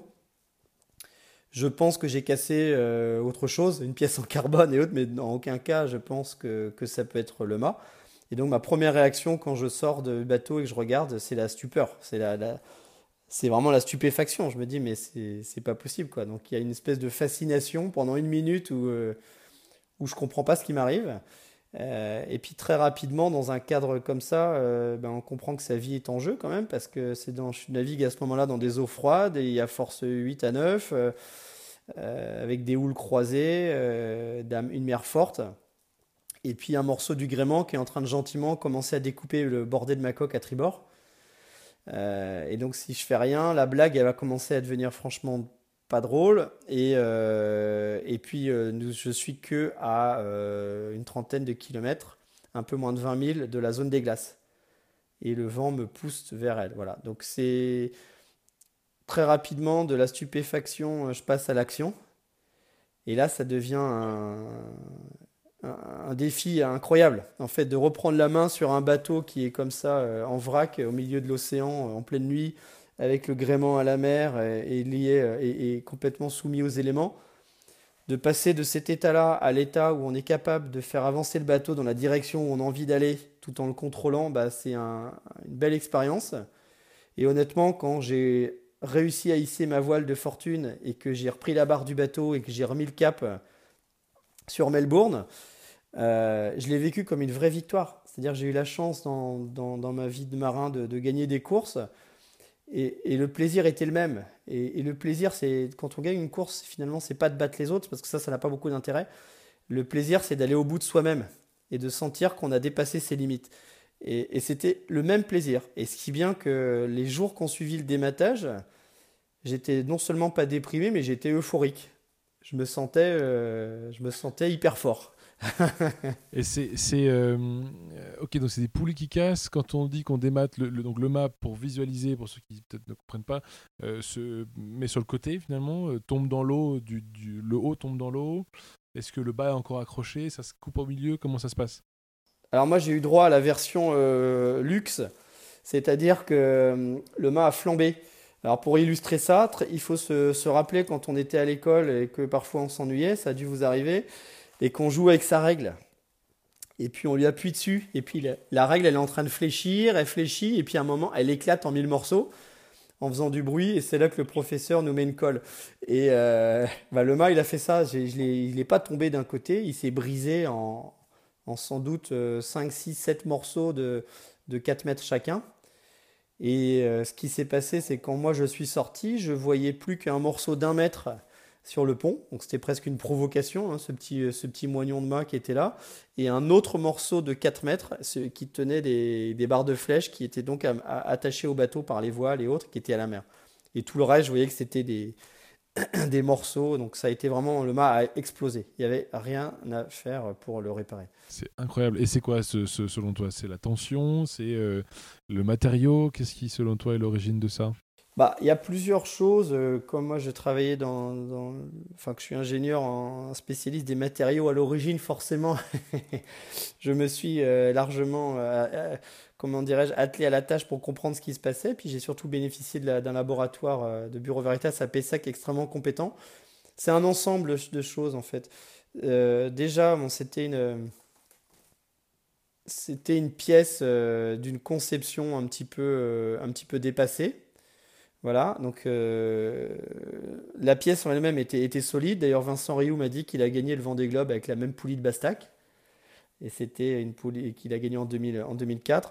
je pense que j'ai cassé euh, autre chose, une pièce en carbone et autres, mais dans aucun cas, je pense que, que ça peut être le mât. Et donc, ma première réaction quand je sors du bateau et que je regarde, c'est la stupeur. C'est la, la- c'est vraiment la stupéfaction. Je me dis, mais c'est c'est pas possible, quoi. Donc, il y a une espèce de fascination pendant une minute où, euh, où je comprends pas ce qui m'arrive. Euh, et puis très rapidement, dans un cadre comme ça, euh, ben, on comprend que sa vie est en jeu quand même, parce que c'est dans, je navigue à ce moment-là dans des eaux froides, et il y a force huit à neuf, euh, euh, avec des houles croisées, euh, une mer forte, et puis un morceau du gréement qui est en train de gentiment commencer à découper le bordé de ma coque à tribord. Euh, et donc si je fais rien, la blague, elle va commencer à devenir franchement pas drôle. Et, euh, et puis euh, nous- je suis que à euh, une trentaine de kilomètres, un peu moins de vingt milles de la zone des glaces. Et le vent me pousse vers elle. Voilà. Donc c'est très rapidement de la stupéfaction, euh, je passe à l'action. Et là, ça devient un, un- un défi incroyable. En fait, de reprendre la main sur un bateau qui est comme ça, euh, en vrac, au milieu de l'océan, euh, en pleine nuit, avec le gréement à la mer et, et lié euh, et, et complètement soumis aux éléments, de passer de cet état-là à l'état où on est capable de faire avancer le bateau dans la direction où on a envie d'aller tout en le contrôlant, bah, c'est un- une belle expérience. Et honnêtement, quand j'ai réussi à hisser ma voile de fortune et que j'ai repris la barre du bateau et que j'ai remis le cap euh, sur Melbourne, euh, je l'ai vécu comme une vraie victoire. C'est-à-dire que j'ai eu la chance dans, dans- dans ma vie de marin de, de gagner des courses et, et le plaisir était le même. Et, et le plaisir, c'est quand on gagne une course, finalement, c'est pas de battre les autres parce que ça, ça n'a pas beaucoup d'intérêt. Le plaisir, c'est d'aller au bout de soi-même et de sentir qu'on a dépassé ses limites. Et, et c'était le même plaisir. Et ce qui bien que les jours qu'on suivi le dématage, j'étais non seulement pas déprimé, mais j'étais euphorique. Je me sentais, euh, je me sentais hyper fort. Et c'est, c'est euh, euh, ok, donc c'est des poulies qui cassent. Quand on dit qu'on démate le, le- donc le mât pour visualiser, pour ceux qui peut-être ne comprennent pas, euh, se met sur le côté finalement, euh, tombe dans l'eau, du, du- le haut tombe dans l'eau. Est-ce que le bas est encore accroché? Ça se coupe au milieu? Comment ça se passe? Alors moi, j'ai eu droit à la version euh, luxe, c'est-à-dire que euh, le mât a flambé. Alors pour illustrer ça, tr- il faut se, se rappeler quand on était à l'école et que parfois on s'ennuyait, ça a dû vous arriver, et qu'on joue avec sa règle. Et puis on lui appuie dessus, et puis la, la règle elle est en train de fléchir, elle fléchit, et puis à un moment elle éclate en mille morceaux en faisant du bruit, et c'est là que le professeur nous met une colle. Et euh, bah, le mât il a fait ça, J'ai- je l'ai- il n'est pas tombé d'un côté, il s'est brisé en, en sans doute euh, cinq, six, sept morceaux de, de quatre mètres chacun. Et euh, ce qui s'est passé, c'est quand moi je suis sorti, je voyais plus qu'un morceau d'un mètre sur le pont. Donc c'était presque une provocation, hein, ce petit, euh, ce petit moignon de mât qui était là. Et un autre morceau de quatre mètres ce- qui tenait des, des barres de flèche qui étaient donc à- à- attachées au bateau par les voiles et autres qui étaient à la mer. Et tout le reste, je voyais que c'était des, des morceaux. Donc ça a été vraiment, le mât a explosé. Il n'y avait rien à faire pour le réparer. C'est incroyable. Et c'est quoi, ce, ce- selon toi? C'est la tension? C'est euh, le matériau? Qu'est-ce qui, selon toi, est l'origine de ça? Bah, il y a plusieurs choses. euh, comme moi, je travaillais dans, dans- enfin, que je suis ingénieur en spécialiste des matériaux à l'origine, forcément, je me suis euh, largement, euh, euh, comment dirais-je, attelé à la tâche pour comprendre ce qui se passait. Puis j'ai surtout bénéficié de la- d'un laboratoire euh, de Bureau Veritas à Pessac extrêmement compétent. C'est un ensemble de choses en fait. Euh, déjà, bon, c'était une, c'était une pièce euh, d'une conception un petit peu, euh, un petit peu dépassée. Voilà, donc euh, la pièce en elle-même était, était solide. D'ailleurs, Vincent Rioux m'a dit qu'il a gagné le Vendée Globe avec la même poulie de Bastac. Et c'était une poulie qu'il a gagnée en deux mille, en deux mille quatre.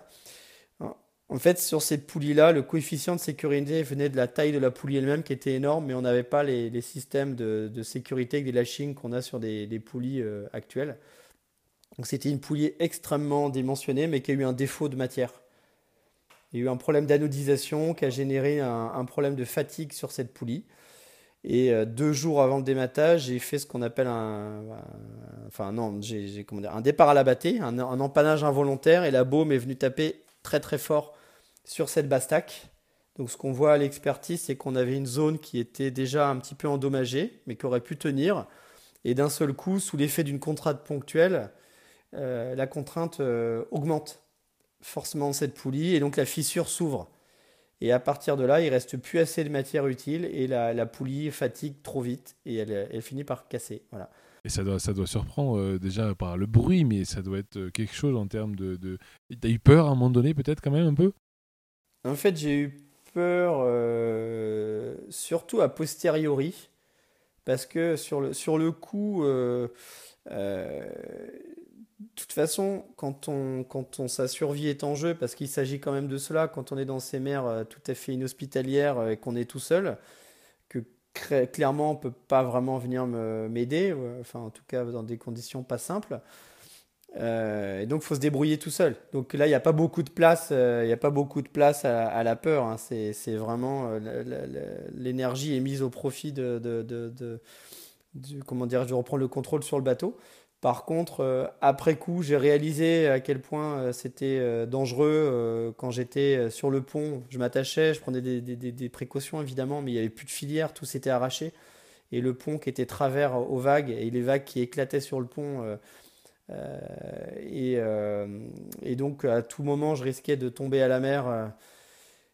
En fait, sur cette poulie-là, le coefficient de sécurité venait de la taille de la poulie elle-même qui était énorme, mais on n'avait pas les, les systèmes de, de sécurité avec des lashings qu'on a sur des, des poulies euh, actuelles. Donc c'était une poulie extrêmement dimensionnée, mais qui a eu un défaut de matière. Il y a eu un problème d'anodisation qui a généré un, un problème de fatigue sur cette poulie. Et euh, deux jours avant le dématage, j'ai fait ce qu'on appelle un, un- enfin non, j'ai j'ai, comment dire, un départ à la bâtée, un, un empannage involontaire, et la baume est venue taper très très fort sur cette bastac. Donc ce qu'on voit à l'expertise, c'est qu'on avait une zone qui était déjà un petit peu endommagée, mais qui aurait pu tenir. Et d'un seul coup, sous l'effet d'une contrainte ponctuelle, euh, la contrainte euh, augmente forcément cette poulie, et donc la fissure s'ouvre. Et à partir de là, il reste plus assez de matière utile et la, la poulie fatigue trop vite et elle, elle finit par casser. Voilà. Et ça doit, ça doit surprendre euh, déjà par le bruit, mais ça doit être euh, quelque chose en termes de, de... T'as eu peur à un moment donné, peut-être quand même un peu? En fait, j'ai eu peur, euh, surtout a posteriori, parce que sur le, sur le coup, euh, euh, de toute façon, quand on, quand on, sa survie est en jeu, parce qu'il s'agit quand même de cela, quand on est dans ces mers euh, tout à fait inhospitalières euh, et qu'on est tout seul, que cré- clairement on peut pas vraiment venir me- m'aider, euh, enfin en tout cas dans des conditions pas simples. Euh, et donc il faut se débrouiller tout seul. Donc là il n'y a pas beaucoup de place, euh, il y a pas beaucoup de place à, à la peur, hein. C'est, c'est vraiment euh, la- la- la- l'énergie est mise au profit de, de, de, de- du- comment dire, je reprends le contrôle sur le bateau. Par contre, euh, après coup, j'ai réalisé à quel point euh, c'était euh, dangereux euh, quand j'étais euh, sur le pont. Je m'attachais, je prenais des, des- des- des précautions évidemment, mais il n'y avait plus de filière, tout s'était arraché. Et le pont qui était travers aux vagues, et les vagues qui éclataient sur le pont. euh, euh, et, euh, et donc, à tout moment, je risquais de tomber à la mer. euh,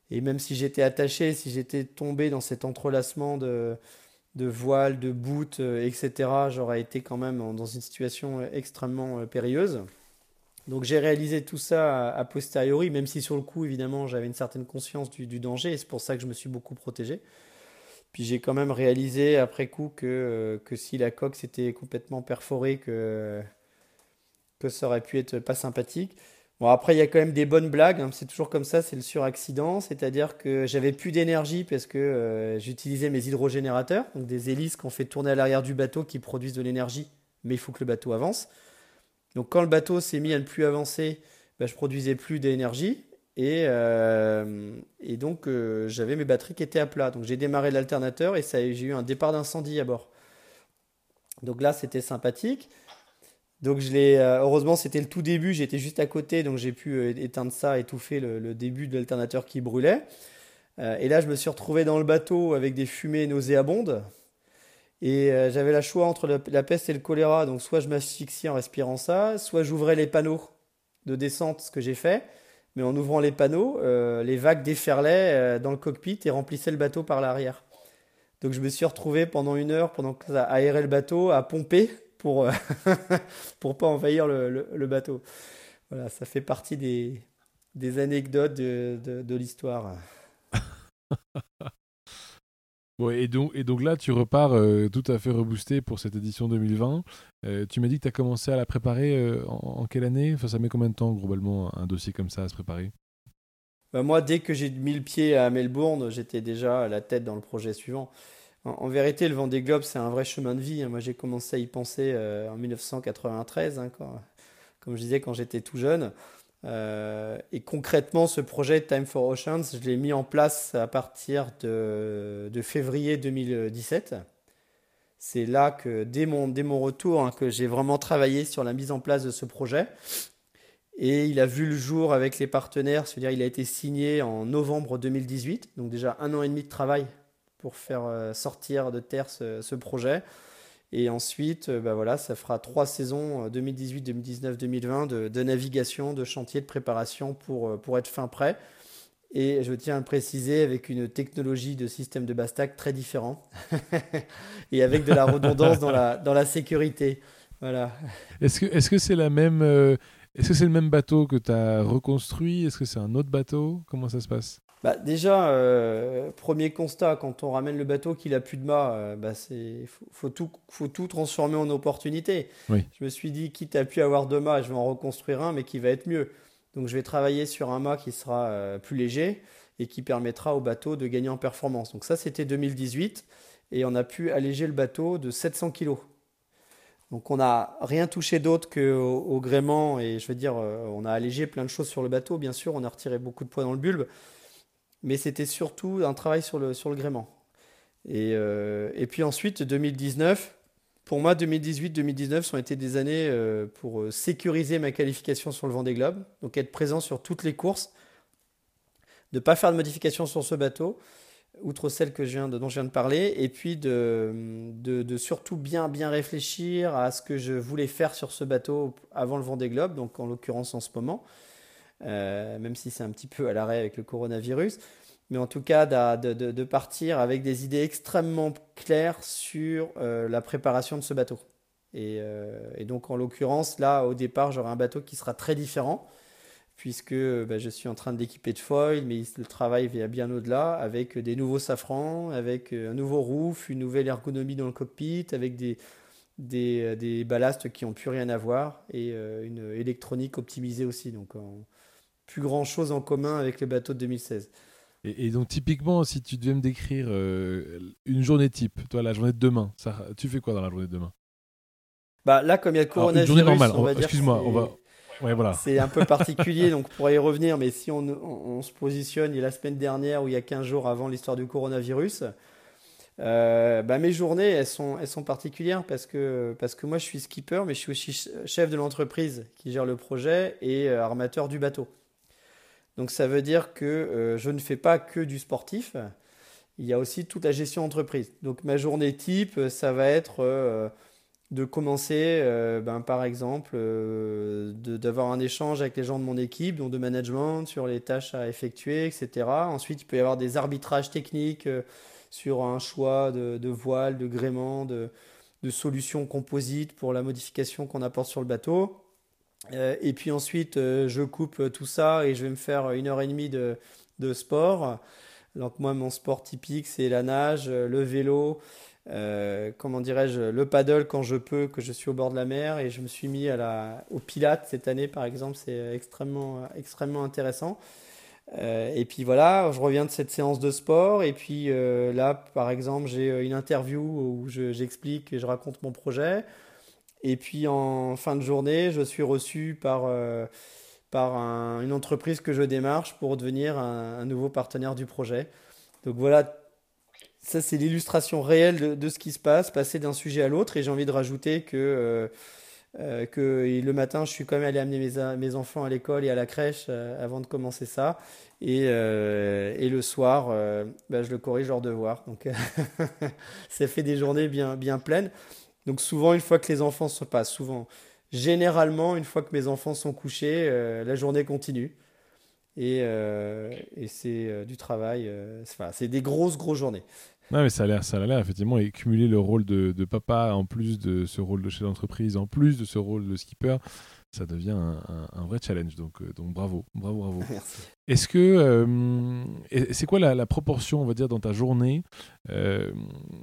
Et même si j'étais attaché, si j'étais tombé dans cet entrelacement de, de voiles, de boutes, euh, et cetera, j'aurais été quand même en- dans une situation euh, extrêmement euh, périlleuse. Donc j'ai réalisé tout ça a, a posteriori, même si sur le coup, évidemment, j'avais une certaine conscience du, du danger, et c'est pour ça que je me suis beaucoup protégé. Puis j'ai quand même réalisé après coup que, euh, que si la coque s'était complètement perforée, que, que ça aurait pu être pas sympathique. Bon, après, il y a quand même des bonnes blagues, hein. C'est toujours comme ça, c'est le suraccident. C'est-à-dire que j'avais plus d'énergie parce que euh, j'utilisais mes hydrogénérateurs, donc des hélices qu'on fait tourner à l'arrière du bateau qui produisent de l'énergie, mais il faut que le bateau avance. Donc quand le bateau s'est mis à ne plus avancer, bah, je produisais plus d'énergie. Et, euh, et donc euh, j'avais mes batteries qui étaient à plat. Donc j'ai démarré l'alternateur et ça, j'ai eu un départ d'incendie à bord. Donc là, c'était sympathique. Donc je l'ai, euh, heureusement c'était le tout début, j'étais juste à côté, donc j'ai pu euh, éteindre ça, étouffer le, le début de l'alternateur qui brûlait. Euh, et là je me suis retrouvé dans le bateau avec des fumées nauséabondes. Et euh, j'avais la choix entre le- la peste et le choléra, donc soit je m'asphyxiais en respirant ça, soit j'ouvrais les panneaux de descente, ce que j'ai fait. Mais en ouvrant les panneaux, euh, les vagues déferlaient euh, dans le cockpit et remplissaient le bateau par l'arrière. Donc je me suis retrouvé pendant une heure, pendant que ça aérait le bateau, à pomper pour, euh, pour pas envahir le, le- le bateau. Voilà, ça fait partie des, des anecdotes de, de- de l'histoire. Bon, et, donc, et donc là, tu repars euh, tout à fait reboosté pour cette édition deux mille vingt. Euh, tu m'as dit que tu as commencé à la préparer euh, en, en quelle année? Enfin, ça met combien de temps, globalement, un dossier comme ça à se préparer? Bah, moi, dès que j'ai mis le pied à Melbourne, j'étais déjà à la tête dans le projet suivant. En, en vérité, le Vendée Globe, c'est un vrai chemin de vie, hein. Moi, j'ai commencé à y penser euh, en mille neuf cent quatre-vingt-treize, hein, quand- comme je disais, quand j'étais tout jeune. Euh, et concrètement, ce projet Time for Oceans, je l'ai mis en place à partir de, de février deux mille dix-sept. C'est là que, dès mon, dès mon retour, hein, que j'ai vraiment travaillé sur la mise en place de ce projet. Et il a vu le jour avec les partenaires, c'est-à-dire il a été signé en novembre deux mille dix-huit, donc déjà un an et demi de travail pour faire euh, sortir de terre ce, ce projet. Et ensuite, euh, bah voilà, ça fera trois saisons, euh, deux mille dix-huit, deux mille dix-neuf, deux mille vingt, de, de navigation, de chantier, de préparation pour, euh, pour être fin prêt. Et je tiens à le préciser avec une technologie de système de Bastac très différent et avec de la redondance dans la, dans la sécurité. Voilà. Est-ce que est-ce que c'est la même euh, est-ce que c'est le même bateau que tu as reconstruit? Est-ce que c'est un autre bateau? Comment ça se passe? Bah, déjà, euh, premier constat, quand on ramène le bateau qu'il a plus de mât, euh, bah, c'est, faut, faut tout, faut tout transformer en opportunité. Oui. Je me suis dit, quitte à plus avoir de mât, je vais en reconstruire un, mais qui va être mieux. Donc je vais travailler sur un mât qui sera euh, plus léger et qui permettra au bateau de gagner en performance. Donc ça, c'était deux mille dix-huit et on a pu alléger le bateau de sept cents kilos. Donc on n'a rien touché d'autre qu'au au gréement et je veux dire, euh, on a allégé plein de choses sur le bateau, bien sûr, on a retiré beaucoup de poids dans le bulbe, mais c'était surtout un travail sur le, sur le gréement. Et, euh, et puis ensuite, deux mille dix-neuf, pour moi, deux mille dix-huit deux mille dix-neuf ont été des années euh, pour euh, sécuriser ma qualification sur le Vendée Globe, donc être présent sur toutes les courses, de ne pas faire de modifications sur ce bateau, outre celle que je viens de, dont je viens de parler, et puis de, de, de surtout bien, bien réfléchir à ce que je voulais faire sur ce bateau avant le Vendée Globe, donc en l'occurrence en ce moment, euh, même si c'est un petit peu à l'arrêt avec le coronavirus. Mais en tout cas, de, de- de partir avec des idées extrêmement claires sur euh, la préparation de ce bateau. Et, euh, et donc, en l'occurrence, là, au départ, j'aurai un bateau qui sera très différent, puisque bah, je suis en train de l'équiper de foil, mais le travail va bien au-delà, avec des nouveaux safrans, avec un nouveau roof, une nouvelle ergonomie dans le cockpit, avec des, des, des ballasts qui n'ont plus rien à voir, et euh, une électronique optimisée aussi. Donc, en- plus grand-chose en commun avec le bateau de deux mille seize. Et, et donc typiquement, si tu devais me décrire euh, une journée type, toi, la journée de demain, ça, tu fais quoi dans la journée de demain? Bah, là, comme il y a le Alors, une journée normale, coronavirus, on on va- va dire que excuse-moi, on va... c'est Ouais, voilà. c'est un peu particulier, donc on pourrait y revenir, mais si on, on- on se positionne, il y a la semaine dernière ou il y a quinze jours avant l'histoire du coronavirus, euh, bah, mes journées, elles sont, elles sont particulières parce que, parce que moi, je suis skipper, mais je suis aussi ch- chef de l'entreprise qui gère le projet et euh, armateur du bateau. Donc ça veut dire que euh, je ne fais pas que du sportif, il y a aussi toute la gestion entreprise. Donc ma journée type, ça va être... euh, de commencer, euh, ben, par exemple, euh, de- d'avoir un échange avec les gens de mon équipe, donc de management, sur les tâches à effectuer, et cetera. Ensuite, il peut y avoir des arbitrages techniques euh, sur un choix de, de voile, de gréement, de, de solutions composites pour la modification qu'on apporte sur le bateau. Euh, et puis ensuite, euh, je coupe tout ça et je vais me faire une heure et demie de, de sport. Donc moi, mon sport typique, c'est la nage, euh, le vélo, euh, comment dirais-je, le paddle quand je peux, que je suis au bord de la mer. Et je me suis mis à la, au Pilates cette année, par exemple. C'est extrêmement, extrêmement intéressant. Euh, et puis voilà, je reviens de cette séance de sport. Et puis euh, là, par exemple, j'ai une interview où je- j'explique et je raconte mon projet. Et puis en fin de journée, je suis reçu par, euh, par un- une entreprise que je démarche pour devenir un, un nouveau partenaire du projet. Donc voilà, ça c'est l'illustration réelle de, de ce qui se passe, passer d'un sujet à l'autre. Et j'ai envie de rajouter que, euh, euh, que le matin, je suis quand même allé amener mes, a- mes enfants à l'école et à la crèche euh, avant de commencer ça. Et, euh, et le soir, euh, bah, je le corrige leurs devoirs. Donc ça fait des journées bien, bien pleines. Donc souvent, une fois que les enfants sont pas souvent, généralement, une fois que mes enfants sont couchés, euh, la journée continue. Et, euh, et c'est euh, du travail. Euh, c'est enfin, c'est des grosses, grosses journées. Non, mais ça a l'air, ça a l'air effectivement, et cumuler le rôle de, de papa en plus de ce rôle de chef d'entreprise, en plus de ce rôle de skipper, ça devient un, un- un vrai challenge. Donc, euh, donc bravo, bravo, bravo. Merci. Est-ce que euh, et c'est quoi la, la proportion, on va dire, dans ta journée euh,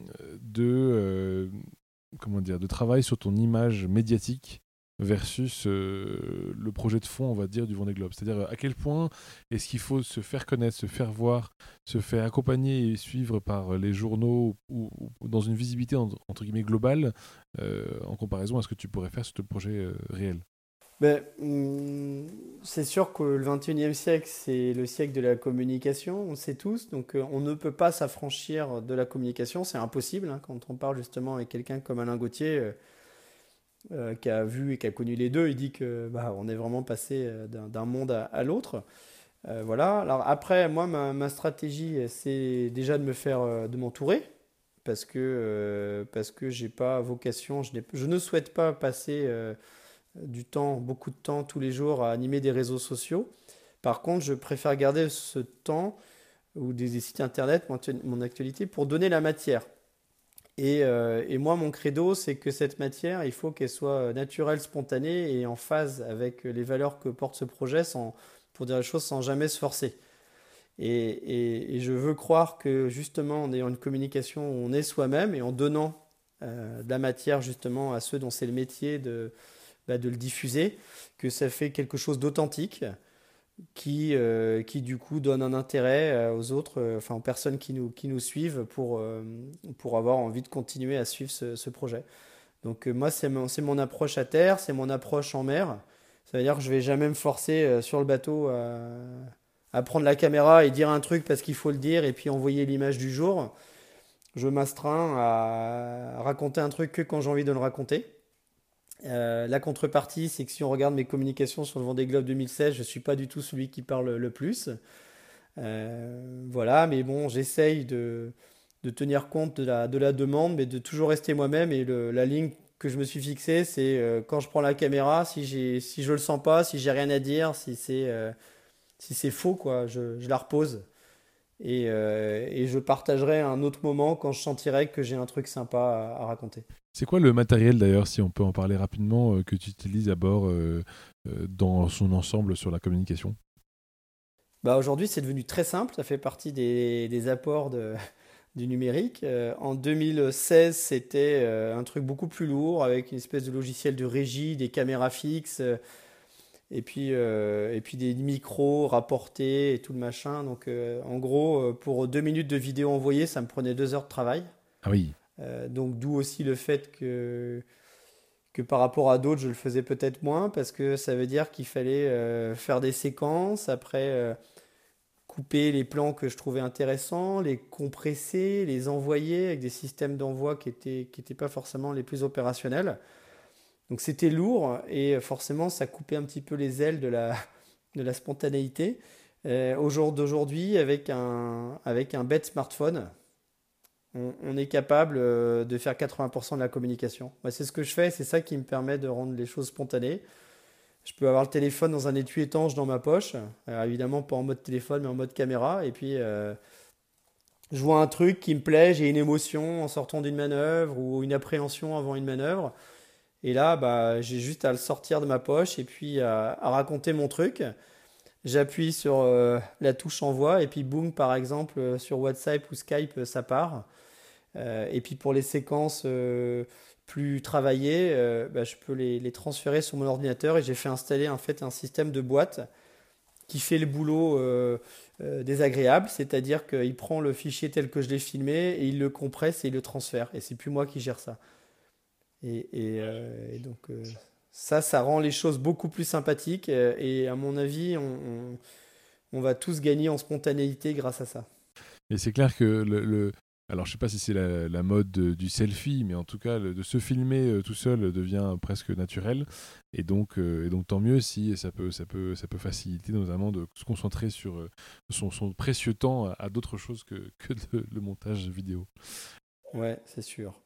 de euh, comment dire, de travail sur ton image médiatique versus euh, le projet de fond, on va dire, du Vendée Globe. C'est-à-dire à quel point est-ce qu'il faut se faire connaître, se faire voir, se faire accompagner et suivre par les journaux ou, ou dans une visibilité en- entre guillemets globale euh, en comparaison à ce que tu pourrais faire sur ton projet euh, réel. Ben, hum, c'est sûr que le vingt et unième siècle, c'est le siècle de la communication, on le sait tous. Donc euh, on ne peut pas s'affranchir de la communication, c'est impossible, hein. Quand on parle justement avec quelqu'un comme Alain Gauthier, euh, euh, qui a vu et qui a connu les deux, il dit que bah, on est vraiment passé euh, d'un d'un monde à, à l'autre. Euh, voilà. Alors après, moi, ma, ma stratégie, c'est déjà de me faire, euh, de m'entourer, parce que euh, parce que j'ai pas vocation, je, n'ai- je ne souhaite pas passer euh, du temps, beaucoup de temps tous les jours à animer des réseaux sociaux. Par contre, je préfère garder ce temps ou des, des sites internet, mon, mon actualité, pour donner la matière. Et, euh, et moi, mon credo, c'est que cette matière, il faut qu'elle soit naturelle, spontanée et en phase avec les valeurs que porte ce projet, sans, pour dire les choses sans jamais se forcer. Et, et- et je veux croire que justement, en ayant une communication où on est soi-même et en donnant euh, de la matière justement à ceux dont c'est le métier de, bah, de le diffuser, que ça fait quelque chose d'authentique qui, euh, qui du coup donne un intérêt euh, aux autres, euh, enfin aux personnes qui nous, qui nous suivent pour, euh, pour avoir envie de continuer à suivre ce, ce projet. Donc euh, moi, c'est mon, c'est mon approche à terre, c'est mon approche en mer. Ça veut dire que je vais jamais me forcer euh, sur le bateau à, à prendre la caméra et dire un truc parce qu'il faut le dire et puis envoyer l'image du jour. Je m'astreins à raconter un truc que quand j'ai envie de le raconter. Euh, la contrepartie, c'est que si on regarde mes communications sur le Vendée Globe deux mille seize, je ne suis pas du tout celui qui parle le plus. Euh, voilà, mais bon, j'essaye de, de tenir compte de la, de la demande, mais de toujours rester moi-même. Et le- la ligne que je me suis fixée, c'est euh, quand je prends la caméra, si j'ai, si je le sens pas, si j'ai rien à dire, si c'est euh, si c'est faux, quoi, je, je la repose. Et, euh, et je partagerai un autre moment quand je sentirai que j'ai un truc sympa à, à raconter. C'est quoi le matériel d'ailleurs, si on peut en parler rapidement, euh, que tu utilises à bord euh, euh, dans son ensemble sur la communication? Bah aujourd'hui, c'est devenu très simple. Ça fait partie des, des apports de- du numérique. Euh, en deux mille seize, c'était euh, un truc beaucoup plus lourd avec une espèce de logiciel de régie, des caméras fixes, euh, et puis, euh, et puis des micros rapportés et tout le machin. Donc euh, en gros, euh, pour deux minutes de vidéo envoyée, ça me prenait deux heures de travail. Ah oui. Euh, donc d'où aussi le fait que, que par rapport à d'autres, je le faisais peut-être moins parce que ça veut dire qu'il fallait euh, faire des séquences, après euh, couper les plans que je trouvais intéressants, les compresser, les envoyer avec des systèmes d'envoi qui étaient, qui étaient pas forcément les plus opérationnels. Donc c'était lourd et forcément ça coupait un petit peu les ailes de la, de la spontanéité. Euh, au jour d'aujourd'hui, avec un, avec un bête smartphone, on, on est capable euh, de faire quatre-vingts pour cent de la communication. Moi, c'est ce que je fais, c'est ça qui me permet de rendre les choses spontanées. Je peux avoir le téléphone dans un étui étanche dans ma poche. Alors, évidemment, pas en mode téléphone, mais en mode caméra. Et puis, euh, je vois un truc qui me plaît, j'ai une émotion en sortant d'une manœuvre ou une appréhension avant une manœuvre. Et là, bah, j'ai juste à le sortir de ma poche et puis à, à raconter mon truc. J'appuie sur euh, la touche envoi et puis boum, par exemple, euh, sur WhatsApp ou Skype, euh, ça part. Euh, et puis pour les séquences euh, plus travaillées, euh, bah, je peux les, les transférer sur mon ordinateur et j'ai fait installer en fait un système de boîte qui fait le boulot euh, euh, désagréable, c'est-à-dire qu'il prend le fichier tel que je l'ai filmé et il le compresse et il le transfère. Et c'est plus moi qui gère ça. Et, et, euh, et donc euh, ça, ça rend les choses beaucoup plus sympathiques euh, et à mon avis, on, on- on va tous gagner en spontanéité grâce à ça. Et c'est clair que le, le- alors je sais pas si c'est la, la mode de- du selfie, mais en tout cas le- de se filmer euh, tout seul devient presque naturel. Et donc, euh, et donc tant mieux si ça peut, ça peut, ça peut faciliter notamment de se concentrer sur euh, son, son précieux temps à, à d'autres choses que, que de- le montage vidéo. Ouais, c'est sûr.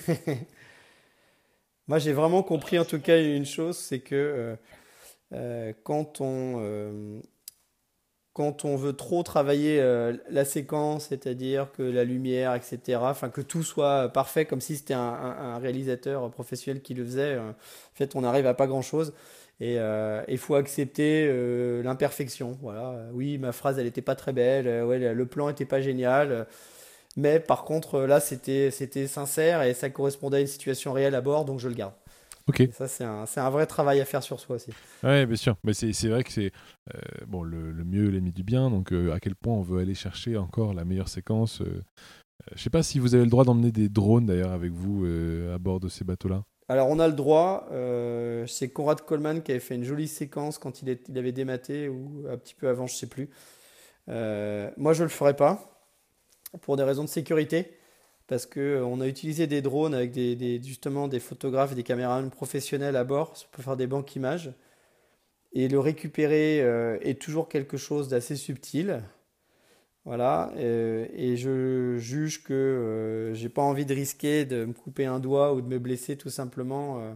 Moi, j'ai vraiment compris en tout cas une chose, c'est que euh, euh, quand on, euh, quand on veut trop travailler euh, la séquence, c'est-à-dire que la lumière, et cetera, enfin que tout soit parfait comme si c'était un, un- un réalisateur professionnel qui le faisait, euh, en fait, on n'arrive à pas grand-chose. Et euh, il faut accepter euh, l'imperfection. Voilà. Oui, ma phrase, elle n'était pas très belle. euh, ouais, le le plan n'était pas génial. euh, Mais par contre, euh, là, c'était, c'était sincère et ça correspondait à une situation réelle à bord, donc je le garde. Ok. Et ça, c'est un, c'est un vrai travail à faire sur soi aussi. Ouais, bien sûr. Mais c'est c'est vrai que c'est euh, bon le, le mieux l'ennemi du bien. Donc euh, à quel point on veut aller chercher encore la meilleure séquence. Euh, je sais pas si vous avez le droit d'emmener des drones d'ailleurs avec vous euh, à bord de ces bateaux-là. Alors, on a le droit. Euh, c'est Conrad Coleman qui avait fait une jolie séquence quand il, est- il avait dématé, ou un petit peu avant, je sais plus. Euh, moi, je le ferai pas pour des raisons de sécurité. Parce que euh, on a utilisé des drones avec des, des- justement des photographes et des caméramans professionnels à bord pour faire des banques images. Et le récupérer euh, est toujours quelque chose d'assez subtil. Voilà. Euh, et je juge que euh, j'ai pas envie de risquer de me couper un doigt ou de me blesser tout simplement euh,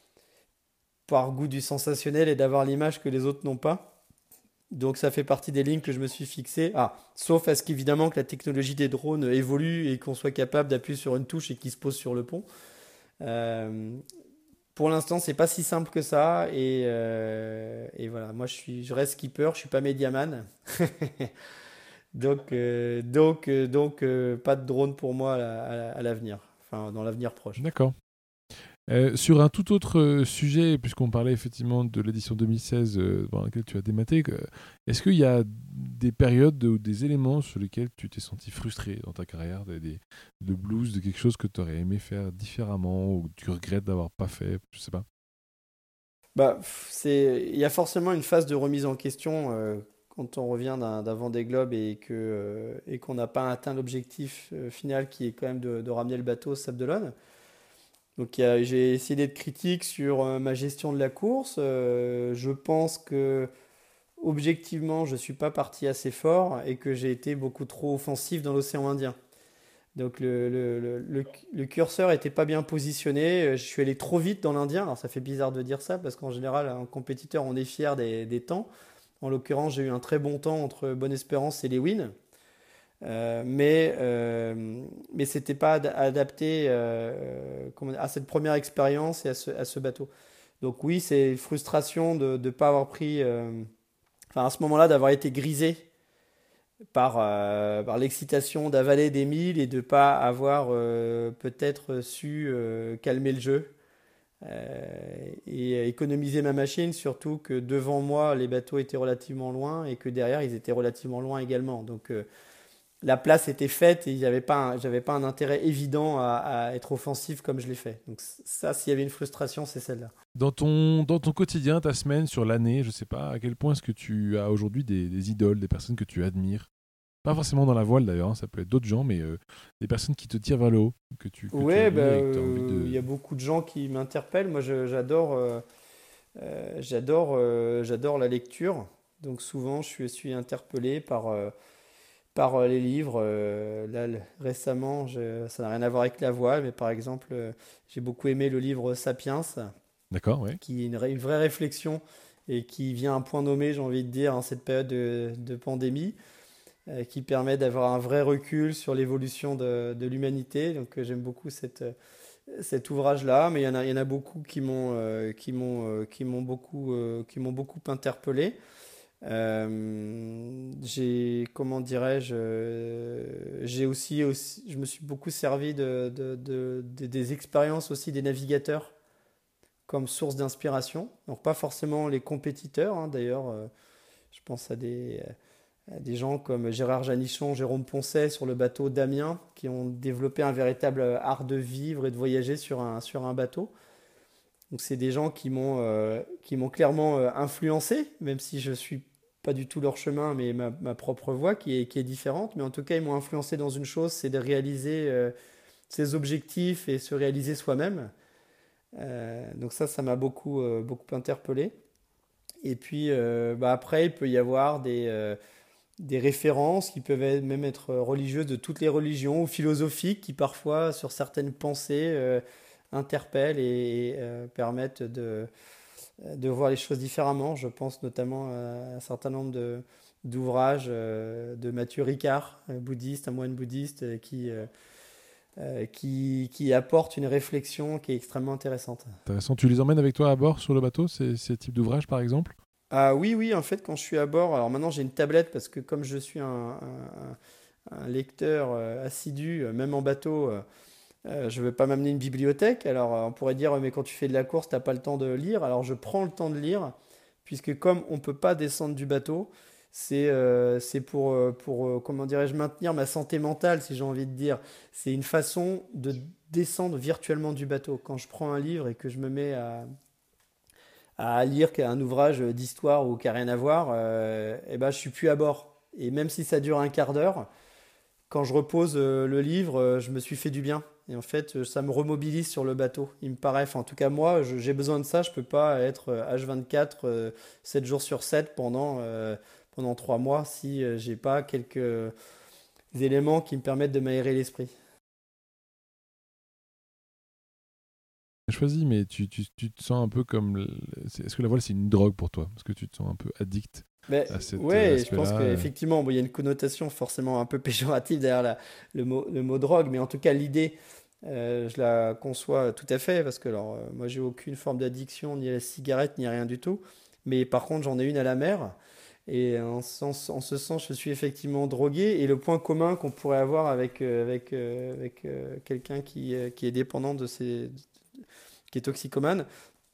par goût du sensationnel et d'avoir l'image que les autres n'ont pas. Donc ça fait partie des lignes que je me suis fixées. Ah, sauf à ce qu'évidemment que la technologie des drones évolue et qu'on soit capable d'appuyer sur une touche et qu'il se pose sur le pont. Euh, pour l'instant, c'est pas si simple que ça. Et, euh, et voilà, moi je suis, je reste skipper, je suis pas médiaman. Donc, euh, donc, euh, donc euh, pas de drone pour moi à, la- à la- à l'avenir, enfin dans l'avenir proche. D'accord. Euh, sur un tout autre euh, sujet, puisqu'on parlait effectivement de l'édition deux mille seize euh, dans laquelle tu as dématé, que- est-ce qu'il y a des périodes ou des éléments sur lesquels tu t'es senti frustré dans ta carrière, des, des- de blues, de quelque chose que tu aurais aimé faire différemment ou que tu regrettes d'avoir pas fait, je sais pas. Bah, pff, c'est, il y a forcément une phase de remise en question euh, quand on revient d'un, d'un Vendée Globe et que euh, et qu'on n'a pas atteint l'objectif euh, final qui est quand même de, de ramener le bateau au Sable d'Olonne. Donc il y a- j'ai essayé d'être critique sur euh, ma gestion de la course. Euh, je pense que objectivement, je suis pas parti assez fort et que j'ai été beaucoup trop offensif dans l'océan Indien. Donc le, le, le, le- le curseur était pas bien positionné. Euh, Je suis allé trop vite dans l'Indien. Alors ça fait bizarre de dire ça parce qu'en général, en compétiteur, on est fier des, des temps. En l'occurrence, j'ai eu un très bon temps entre Bonne Espérance et Lewin. Euh, mais euh, mais c'était pas ad- adapté euh, comment dire, à cette première expérience et à ce, à ce bateau. Donc oui, c'est frustration de ne pas avoir pris, euh, enfin à ce moment-là, d'avoir été grisé par, euh, par l'excitation d'avaler des milles et de ne pas avoir euh, peut-être su euh, calmer le jeu euh, et économiser ma machine, surtout que devant moi, les bateaux étaient relativement loin et que derrière, ils étaient relativement loin également. Donc euh, la place était faite et j'avais pas, un- j'avais pas un intérêt évident à, à être offensif comme je l'ai fait. Donc ça, s'il y avait une frustration, c'est celle-là. Dans ton, dans ton quotidien, ta semaine, sur l'année, je sais pas, à quel point est-ce que tu as aujourd'hui des, des idoles, des personnes que tu admires? Pas forcément dans la voile d'ailleurs, hein, ça peut être d'autres gens, mais euh, des personnes qui te tirent vers le haut, que tu, que tu Ouais, bah, admires et que tu as envie euh, il de... y a beaucoup de gens qui m'interpellent. Moi, je- j'adore, euh, euh, j'adore, euh, j'adore la lecture. Donc souvent, je suis, suis interpellé par, euh, par euh, les livres. Euh, là, le- récemment, je- ça n'a rien à voir avec la voile, mais par exemple, euh, j'ai beaucoup aimé le livre Sapiens, D'accord, oui. qui est une, ré- une vraie réflexion et qui vient à un point nommé, j'ai envie de dire, en cette période de, de pandémie, euh, qui permet d'avoir un vrai recul sur l'évolution de, de l'humanité. Donc, euh, j'aime beaucoup cette, euh, cet ouvrage-là, mais il y en a, il y en a beaucoup qui m'ont euh, qui m'ont euh, qui m'ont beaucoup euh, qui m'ont beaucoup interpellé. Euh, j'ai comment dirais-je euh, j'ai aussi, aussi je me suis beaucoup servi de, de- de- de- des expériences aussi des navigateurs comme source d'inspiration. Donc pas forcément les compétiteurs, hein, d'ailleurs. Euh, je pense à des à des gens comme Gérard Janichon, Jérôme Poncet sur le bateau Damien, qui ont développé un véritable art de vivre et de voyager sur un, sur un bateau. Donc c'est des gens qui m'ont euh, qui m'ont clairement euh, influencé, même si je suis pas du tout leur chemin, mais ma, ma propre voie qui est, qui est différente. Mais en tout cas, ils m'ont influencé dans une chose, c'est de réaliser euh, ses objectifs et se réaliser soi-même. Euh, donc ça, ça m'a beaucoup, euh, beaucoup interpellé. Et puis euh, bah après, il peut y avoir des, euh, des références qui peuvent être- même être religieuses de toutes les religions ou philosophiques qui parfois, sur certaines pensées, euh, interpellent et, et, euh, permettent de, de voir les choses différemment. Je pense notamment à un certain nombre de, d'ouvrages euh, de Mathieu Ricard, euh, bouddhiste, un moine bouddhiste, euh, qui, euh, euh, qui, qui apporte une réflexion qui est extrêmement intéressante. Intéressant. Tu les emmènes avec toi à bord sur le bateau, ces, ces types d'ouvrages par exemple? Ah oui, oui, en fait, quand je suis à bord, alors maintenant j'ai une tablette parce que comme je suis un, un- un lecteur euh, assidu, euh, même en bateau, euh, euh, je ne veux pas m'amener une bibliothèque. Alors euh, on pourrait dire, ouais, mais quand tu fais de la course, tu n'as pas le temps de lire. Alors je prends le temps de lire, puisque comme on ne peut pas descendre du bateau, c'est euh, c'est pour, euh, pour euh, comment dirais-je, maintenir ma santé mentale, si j'ai envie de dire. C'est une façon de descendre virtuellement du bateau. Quand je prends un livre et que je me mets à, à lire un ouvrage d'histoire ou qui n'a rien à voir, euh, eh ben, je suis plus à bord. Et même si ça dure un quart d'heure, quand je repose euh, le livre, euh, je me suis fait du bien. Et en fait, euh, ça me remobilise sur le bateau. Il me paraît, enfin, en tout cas moi, je- j'ai besoin de ça. Je peux pas être euh, H vingt-quatre, euh, sept jours sur sept pendant, euh, pendant trois mois si euh, j'ai pas quelques éléments qui me permettent de m'aérer l'esprit. Choisi, mais tu, tu, tu te sens un peu comme... le- c'est- Est-ce que la voile c'est une drogue pour toi? Est-ce que tu te sens un peu addict Mais à cet euh, ouais, je pense aspect-là? euh qu'effectivement, bon, il y a une connotation forcément un peu péjorative derrière la- le mot, le mot drogue, mais en tout cas, l'idée, euh, je la conçois tout à fait, parce que alors, euh, moi, j'ai aucune forme d'addiction, ni à la cigarette, ni à rien du tout. Mais par contre, j'en ai une à la mer. Et en, ce sens- en ce sens, je suis effectivement drogué. Et le point commun qu'on pourrait avoir avec, euh, avec, euh, avec euh, quelqu'un qui, euh, qui est dépendant de ces, qui est toxicomane,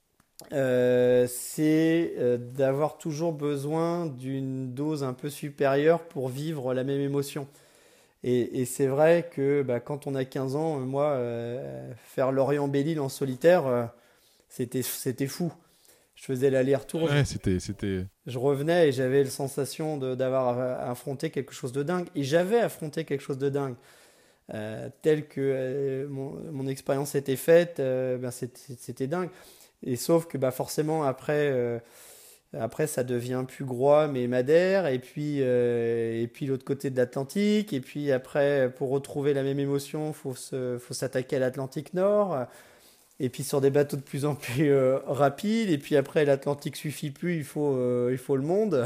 euh, c'est euh, d'avoir toujours besoin d'une dose un peu supérieure pour vivre la même émotion. Et, et c'est vrai que bah, quand on a quinze ans, euh, moi, euh, faire Lorient-Belle-Île en solitaire, euh, c'était, c'était fou. Je faisais l'aller-retour, je, Ouais, c'était, c'était... je revenais et j'avais la sensation de- d'avoir a- affronté quelque chose de dingue. Et j'avais affronté quelque chose de dingue. Euh, tel que euh, mon, mon expérience était faite, euh, ben, c'était, c'était dingue. Et sauf que bah, forcément, après, euh, après, ça devient plus Groix, mais Madère, et puis, euh, et puis l'autre côté de l'Atlantique, et puis après, pour retrouver la même émotion, faut se, faut s'attaquer à l'Atlantique Nord, et puis sur des bateaux de plus en plus euh, rapides, et puis après, l'Atlantique suffit plus, il faut, euh, il faut le monde.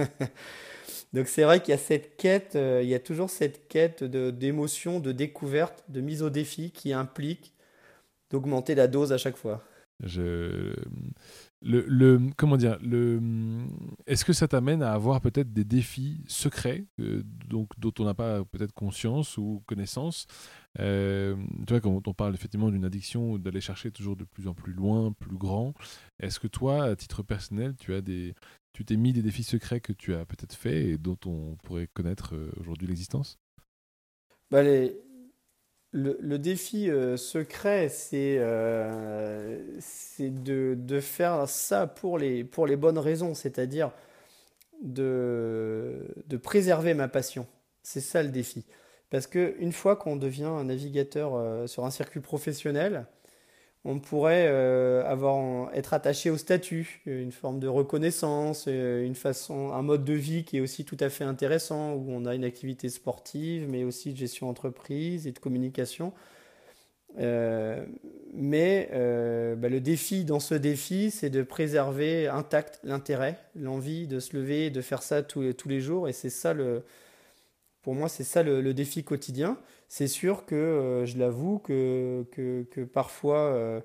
Donc c'est vrai qu'il y a cette quête, euh, il y a toujours cette quête de, d'émotion, de découverte, de mise au défi qui implique d'augmenter la dose à chaque fois. Je... Le, le, comment dire, le, est-ce que ça t'amène à avoir peut-être des défis secrets euh, donc, dont on n'a pas peut-être conscience ou connaissance? Euh, tu vois, quand on parle effectivement d'une addiction ou d'aller chercher toujours de plus en plus loin, plus grand, est-ce que toi, à titre personnel, tu as des, tu t'es mis des défis secrets que tu as peut-être fait et dont on pourrait connaître euh, aujourd'hui l'existence? Bah, les, Le, le défi euh, secret, c'est euh, c'est de, de faire ça pour les, pour les bonnes raisons, c'est-à-dire de, de préserver ma passion. C'est ça le défi. Parce que une fois qu'on devient un navigateur euh, sur un circuit professionnel, on pourrait euh, avoir, être attaché au statut, une forme de reconnaissance, euh, une façon, un mode de vie qui est aussi tout à fait intéressant, où on a une activité sportive, mais aussi de gestion d'entreprise et de communication. Euh, mais euh, bah, le défi dans ce défi, c'est de préserver intact l'intérêt, l'envie de se lever et de faire ça tous les, tous les jours. Et c'est ça le, pour moi, c'est ça le, le défi quotidien. C'est sûr que euh, je l'avoue que, que, que parfois, euh,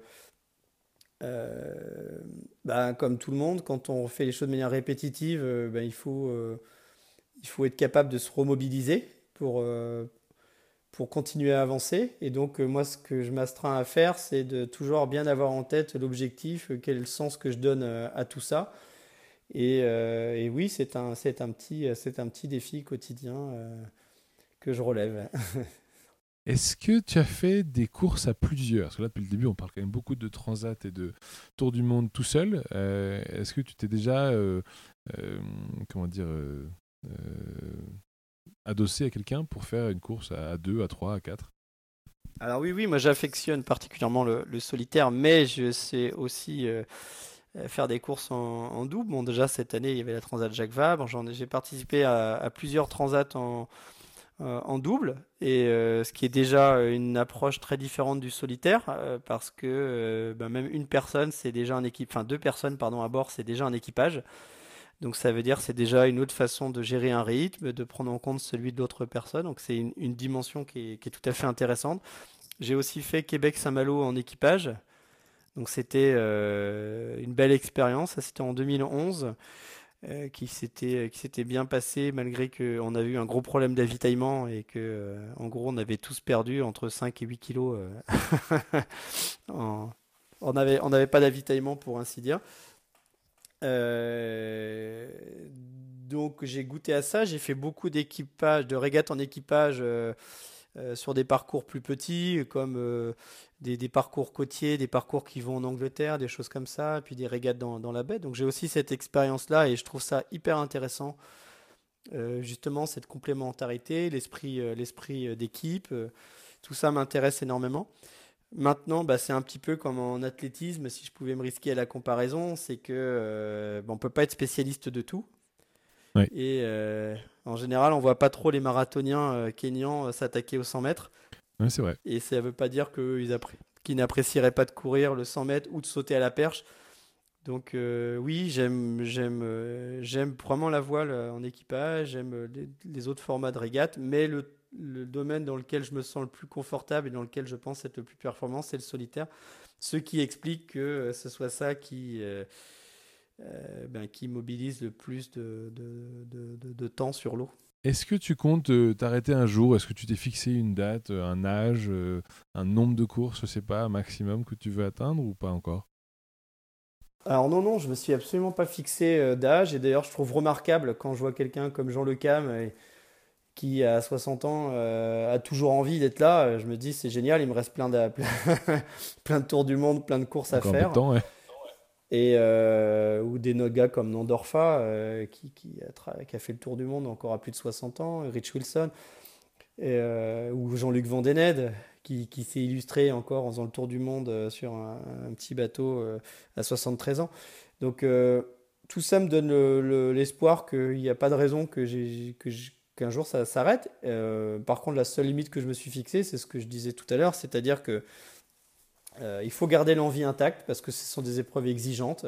euh, bah, comme tout le monde, quand on fait les choses de manière répétitive, euh, bah, il faut, euh, il faut être capable de se remobiliser pour, euh, pour continuer à avancer. Et donc, euh, moi, ce que je m'astreins à faire, c'est de toujours bien avoir en tête l'objectif, euh, quel est le sens que je donne euh, à tout ça. Et, euh, et oui, c'est un, c'est un petit, c'est un petit défi quotidien euh, que je relève. Est-ce que tu as fait des courses à plusieurs? Parce que là, depuis le début, on parle quand même beaucoup de transat et de tour du monde tout seul. Euh, est-ce que tu t'es déjà, euh, euh, comment dire, euh, euh, adossé à quelqu'un pour faire une course à deux, à trois, à quatre? Alors oui, oui, moi j'affectionne particulièrement le, le solitaire, mais je sais aussi euh, faire des courses en, en double. Bon, déjà cette année, il y avait la Transat Jacques Vabre. J'en ai- j'ai participé à, à plusieurs transats en, euh, en double, et euh, ce qui est déjà une approche très différente du solitaire, euh, parce que euh, ben, même une personne, c'est déjà un équipe, enfin deux personnes, pardon, à bord, c'est déjà un équipage. Donc ça veut dire c'est déjà une autre façon de gérer un rythme, de prendre en compte celui de l'autre personne. Donc c'est une, une dimension qui est, qui est tout à fait intéressante. J'ai aussi fait Québec-Saint-Malo en équipage. Donc c'était euh, une belle expérience. Ça, c'était en deux mille onze, euh, qui s'était qui s'était bien passé malgré qu'on avait eu un gros problème d'avitaillement et que euh, en gros on avait tous perdu entre cinq et huit kilos. euh, en- on n'avait on n'avait pas d'avitaillement pour ainsi dire. Euh, donc j'ai goûté à ça. J'ai fait beaucoup d'équipage, de régates en équipage. Euh, euh, sur des parcours plus petits, comme euh, des, des parcours côtiers, des parcours qui vont en Angleterre, des choses comme ça, puis des régates dans, dans la baie. Donc j'ai aussi cette expérience-là et je trouve ça hyper intéressant, euh, justement, cette complémentarité, l'esprit euh, l'esprit euh, d'équipe, euh, tout ça m'intéresse énormément. Maintenant, bah, c'est un petit peu comme en athlétisme, si je pouvais me risquer à la comparaison, c'est que euh, bah, on peut pas être spécialiste de tout. Oui, Et euh, en général, on voit pas trop les marathoniens euh, kényans euh, s'attaquer aux cent mètres. ouais, c'est vrai. Et ça ne veut pas dire qu'ils appré- qu'ils n'apprécieraient pas de courir le cent mètres ou de sauter à la perche. Donc euh, oui, j'aime j'aime euh, j'aime vraiment la voile euh, en équipage, j'aime euh, les, les autres formats de régate, mais le, le domaine dans lequel je me sens le plus confortable et dans lequel je pense être le plus performant, c'est le solitaire. Ce qui explique que euh, ce soit ça qui, euh, euh, ben, qui mobilise le plus de, de, de- de- de temps sur l'eau. Est-ce que tu comptes euh, t'arrêter un jour? Est-ce que tu t'es fixé une date, euh, un âge, euh, un nombre de courses, je sais pas, un maximum que tu veux atteindre ou pas encore? Alors non, non, je me suis absolument pas fixé euh, d'âge et d'ailleurs je trouve remarquable quand je vois quelqu'un comme Jean Le Cam euh, qui à soixante ans euh, a toujours envie d'être là. euh, Je me dis c'est génial, il me reste plein de, plein de tours du monde, plein de courses à Encore un peu de faire. temps, ouais. Et euh, ou des no- gars comme Nandorfa euh, qui, qui a tra- qui a fait le tour du monde encore à plus de soixante ans, Rich Wilson, et, euh, ou Jean-Luc Vandened qui, qui s'est illustré encore en faisant le tour du monde euh, sur un, un petit bateau euh, à soixante-treize ans. Donc euh, tout ça me donne le- le- l'espoir qu'il n'y a pas de raison que j'ai, que j'ai- qu'un jour ça s'arrête. Euh, par contre, la seule limite que je me suis fixée, c'est ce que je disais tout à l'heure, c'est-à-dire que euh, il faut garder l'envie intacte parce que ce sont des épreuves exigeantes,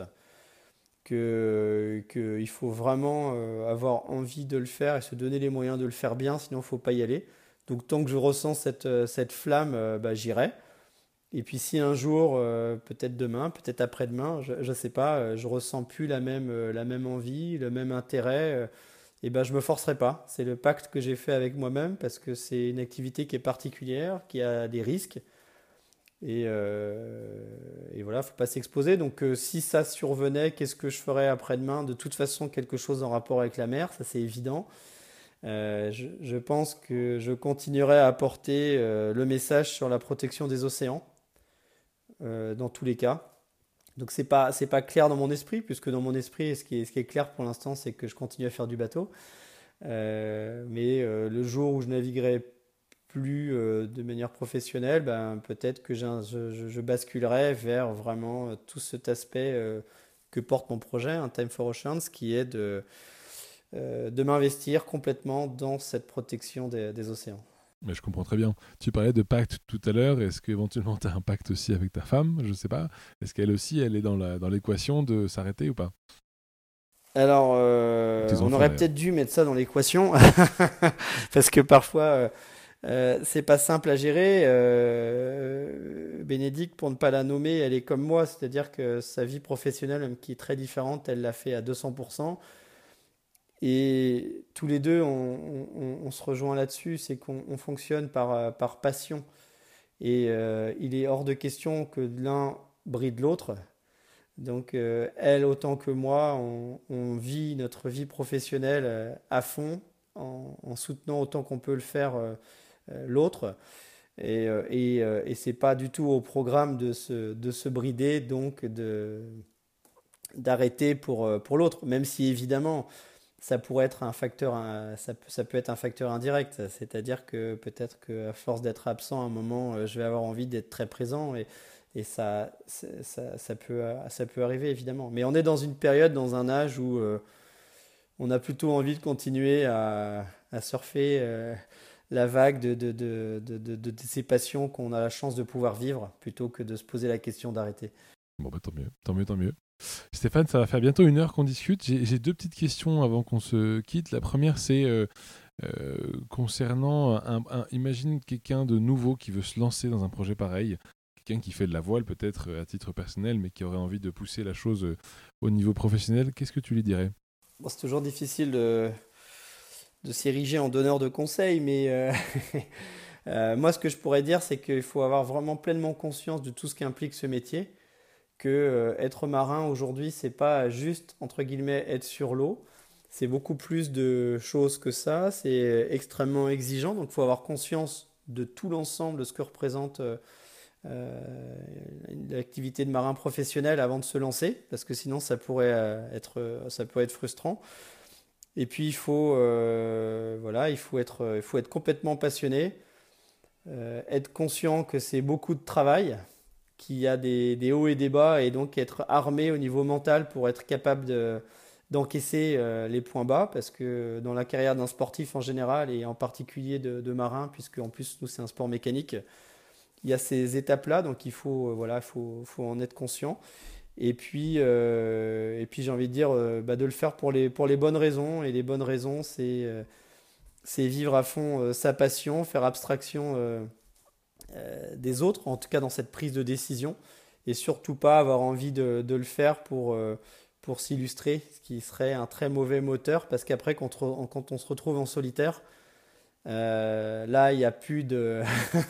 que, que il faut vraiment euh, avoir envie de le faire et se donner les moyens de le faire bien, sinon il ne faut pas y aller. Donc tant que je ressens cette, euh, cette flamme, euh, bah, j'irai. Et puis si un jour, euh, peut-être demain, peut-être après-demain, je ne sais pas, euh, je ressens plus la même, euh, la même envie, le même intérêt, euh, et ben je me forcerai pas. C'est le pacte que j'ai fait avec moi-même parce que c'est une activité qui est particulière, qui a des risques. Et, euh, et voilà, faut pas s'exposer. Donc euh, si ça survenait, qu'est-ce que je ferais après-demain? De toute façon, quelque chose en rapport avec la mer, ça c'est évident. Euh, je, je pense que je continuerai à apporter euh, le message sur la protection des océans euh, dans tous les cas. Donc c'est pas c'est pas clair dans mon esprit, puisque dans mon esprit, ce qui est, ce qui est clair pour l'instant, c'est que je continue à faire du bateau. Euh, mais euh, le jour où je naviguerai plus euh, de manière professionnelle, ben, peut-être que j'ai je, je- je basculerai vers vraiment euh, tout cet aspect euh, que porte mon projet, un Time for Oceans, qui est de, euh, de m'investir complètement dans cette protection des, des océans. Mais je comprends très bien. Tu parlais de pacte tout à l'heure. Est-ce qu'éventuellement tu as un pacte aussi avec ta femme? Je sais pas. Est-ce qu'elle aussi, elle est dans la, dans l'équation de s'arrêter ou pas? Alors, Ou euh, tes on enfants aurait d'ailleurs. peut-être dû mettre ça dans l'équation, parce que parfois, euh, euh, c'est pas simple à gérer. Euh, Bénédicte, pour ne pas la nommer, elle est comme moi, c'est-à-dire que sa vie professionnelle, même qui est très différente, elle l'a fait à deux cents pour cent. Et tous les deux, on, on- on se rejoint là-dessus, c'est qu'on on fonctionne par, euh, par passion. Et euh, il est hors de question que l'un bride l'autre. Donc, euh, elle, autant que moi, on, on vit notre vie professionnelle euh, à fond, en, en soutenant autant qu'on peut le faire euh, euh, l'autre. Et, euh, et, euh, et c'est pas du tout au programme de se, de se brider, donc de, d'arrêter pour, euh, pour l'autre. Même si évidemment, ça pourrait être un facteur, un- ça, peut- ça peut être un facteur indirect. C'est-à-dire que peut-être qu'à force d'être absent à un moment, euh, je vais avoir envie d'être très présent et, et ça, c'est- ça, ça peut, euh, ça peut arriver évidemment. Mais on est dans une période, dans un âge où euh, on a plutôt envie de continuer à, à surfer euh, la vague de, de, de, de, de- de ces passions qu'on a la chance de pouvoir vivre plutôt que de se poser la question d'arrêter. Bon, bah tant mieux, tant mieux, tant mieux. Stéphane, ça va faire bientôt une heure qu'on discute. J'ai j'ai deux petites questions avant qu'on se quitte. La première, c'est euh, euh, concernant, un, un- imagine quelqu'un de nouveau qui veut se lancer dans un projet pareil, quelqu'un qui fait de la voile peut-être euh, à titre personnel, mais qui aurait envie de pousser la chose euh, au niveau professionnel. Qu'est-ce que tu lui dirais? Bon, c'est toujours difficile de, de s'ériger en donneur de conseils, mais euh, euh, moi, ce que je pourrais dire, c'est qu'il faut avoir vraiment pleinement conscience de tout ce qu'implique ce métier, que euh, être marin aujourd'hui, c'est pas juste, entre guillemets, être sur l'eau, c'est beaucoup plus de choses que ça, c'est extrêmement exigeant, donc il faut avoir conscience de tout l'ensemble de ce que représente euh, euh, l'activité de marin professionnel avant de se lancer, parce que sinon ça pourrait euh, être, ça peut être frustrant. Et puis il faut, euh, voilà, il faut être, il faut être complètement passionné, euh, être conscient que c'est beaucoup de travail, qu'il y a des, des hauts et des bas, et donc être armé au niveau mental pour être capable de, d'encaisser euh, les points bas, parce que dans la carrière d'un sportif en général, et en particulier de, de marin, puisque en plus nous c'est un sport mécanique, il y a ces étapes-là, donc il faut, euh, voilà, faut, faut en être conscient. Et puis, euh, et puis j'ai envie de dire euh, bah, de le faire pour les, pour les bonnes raisons. Et les bonnes raisons, c'est euh, c'est vivre à fond euh, sa passion, faire abstraction euh, euh, des autres, en tout cas dans cette prise de décision. Et surtout pas avoir envie de, de le faire pour, euh, pour s'illustrer, ce qui serait un très mauvais moteur. Parce qu'après, quand, on- quand on se retrouve en solitaire, euh, là, il n'y a plus de,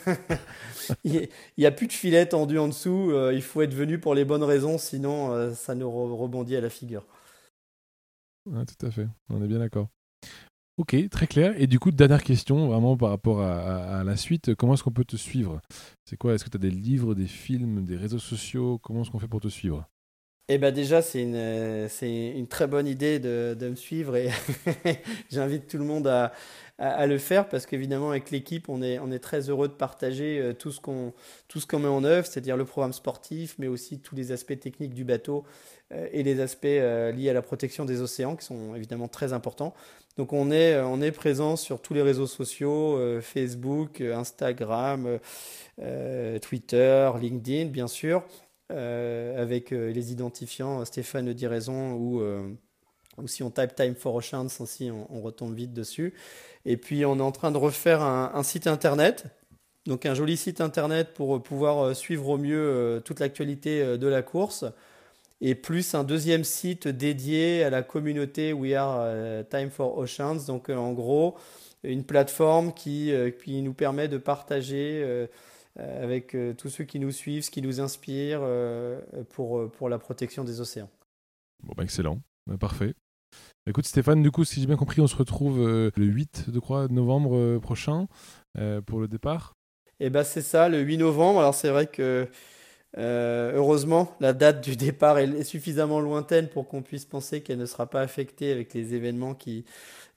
il y a plus de filet tendu en dessous. Euh, il faut être venu pour les bonnes raisons, sinon euh, ça nous re- rebondit à la figure. Ouais, tout à fait, on est bien d'accord. Ok, très clair. Et du coup, dernière question, vraiment par rapport à, à- à la suite, comment est-ce qu'on peut te suivre? C'est quoi? Est-ce que tu as des livres, des films, des réseaux sociaux? Comment est-ce qu'on fait pour te suivre? Eh ben déjà, c'est une, euh, c'est une très bonne idée de, de me suivre et j'invite tout le monde à, à- à le faire parce qu'évidemment, avec l'équipe, on est, on est très heureux de partager euh, tout ce qu'on, tout ce qu'on met en œuvre, c'est-à-dire le programme sportif, mais aussi tous les aspects techniques du bateau euh, et les aspects euh, liés à la protection des océans qui sont évidemment très importants. Donc on est, euh, on est présent sur tous les réseaux sociaux, euh, Facebook, euh, Instagram, euh, euh, Twitter, LinkedIn, bien sûr, euh, avec euh, les identifiants euh, Stéphane Diraison ou, euh, ou si on tape Time for Oceans aussi, on, on retombe vite dessus. Et puis on est en train de refaire un, un site internet, donc un joli site internet pour euh, pouvoir euh, suivre au mieux euh, toute l'actualité euh, de la course. Et plus un deuxième site dédié à la communauté We Are euh, Time for Oceans. Donc euh, en gros, une plateforme qui, euh, qui nous permet de partager euh, euh, avec euh, tous ceux qui nous suivent, ce qui nous inspire euh, pour, euh, pour la protection des océans. Bon, bah, excellent. Bah, parfait. Écoute Stéphane, du coup, si j'ai bien compris, on se retrouve euh, le huit de crois, novembre euh, prochain euh, pour le départ. Et ben c'est ça, le huit novembre. Alors c'est vrai que euh, heureusement, la date du départ est, est suffisamment lointaine pour qu'on puisse penser qu'elle ne sera pas affectée avec les événements qui,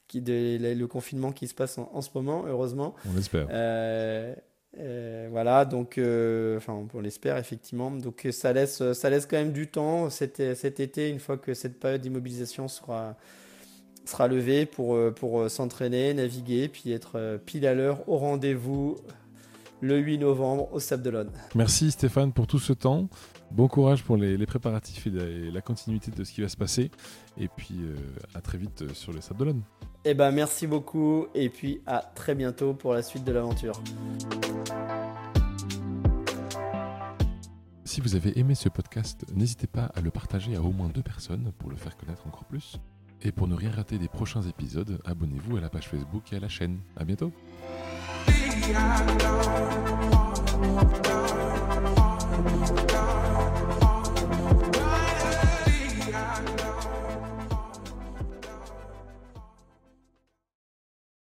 qui, de, le confinement qui se passe en, en ce moment, heureusement. On l'espère. Euh, euh, voilà, donc, euh, enfin, on l'espère effectivement. Donc, ça laisse, ça laisse quand même du temps cet, cet été, une fois que cette période d'immobilisation sera, sera levée, pour, pour s'entraîner, naviguer, puis être pile à l'heure au rendez-vous le huit novembre au Sables d'Olonne. Merci Stéphane pour tout ce temps. Bon courage pour les, les préparatifs et la, et la continuité de ce qui va se passer. Et puis euh, à très vite sur les Sables d'Olonne. Eh ben, merci beaucoup et puis à très bientôt pour la suite de l'aventure. Si vous avez aimé ce podcast, n'hésitez pas à le partager à au moins deux personnes pour le faire connaître encore plus. Et pour ne rien rater des prochains épisodes, abonnez-vous à la page Facebook et à la chaîne. À bientôt.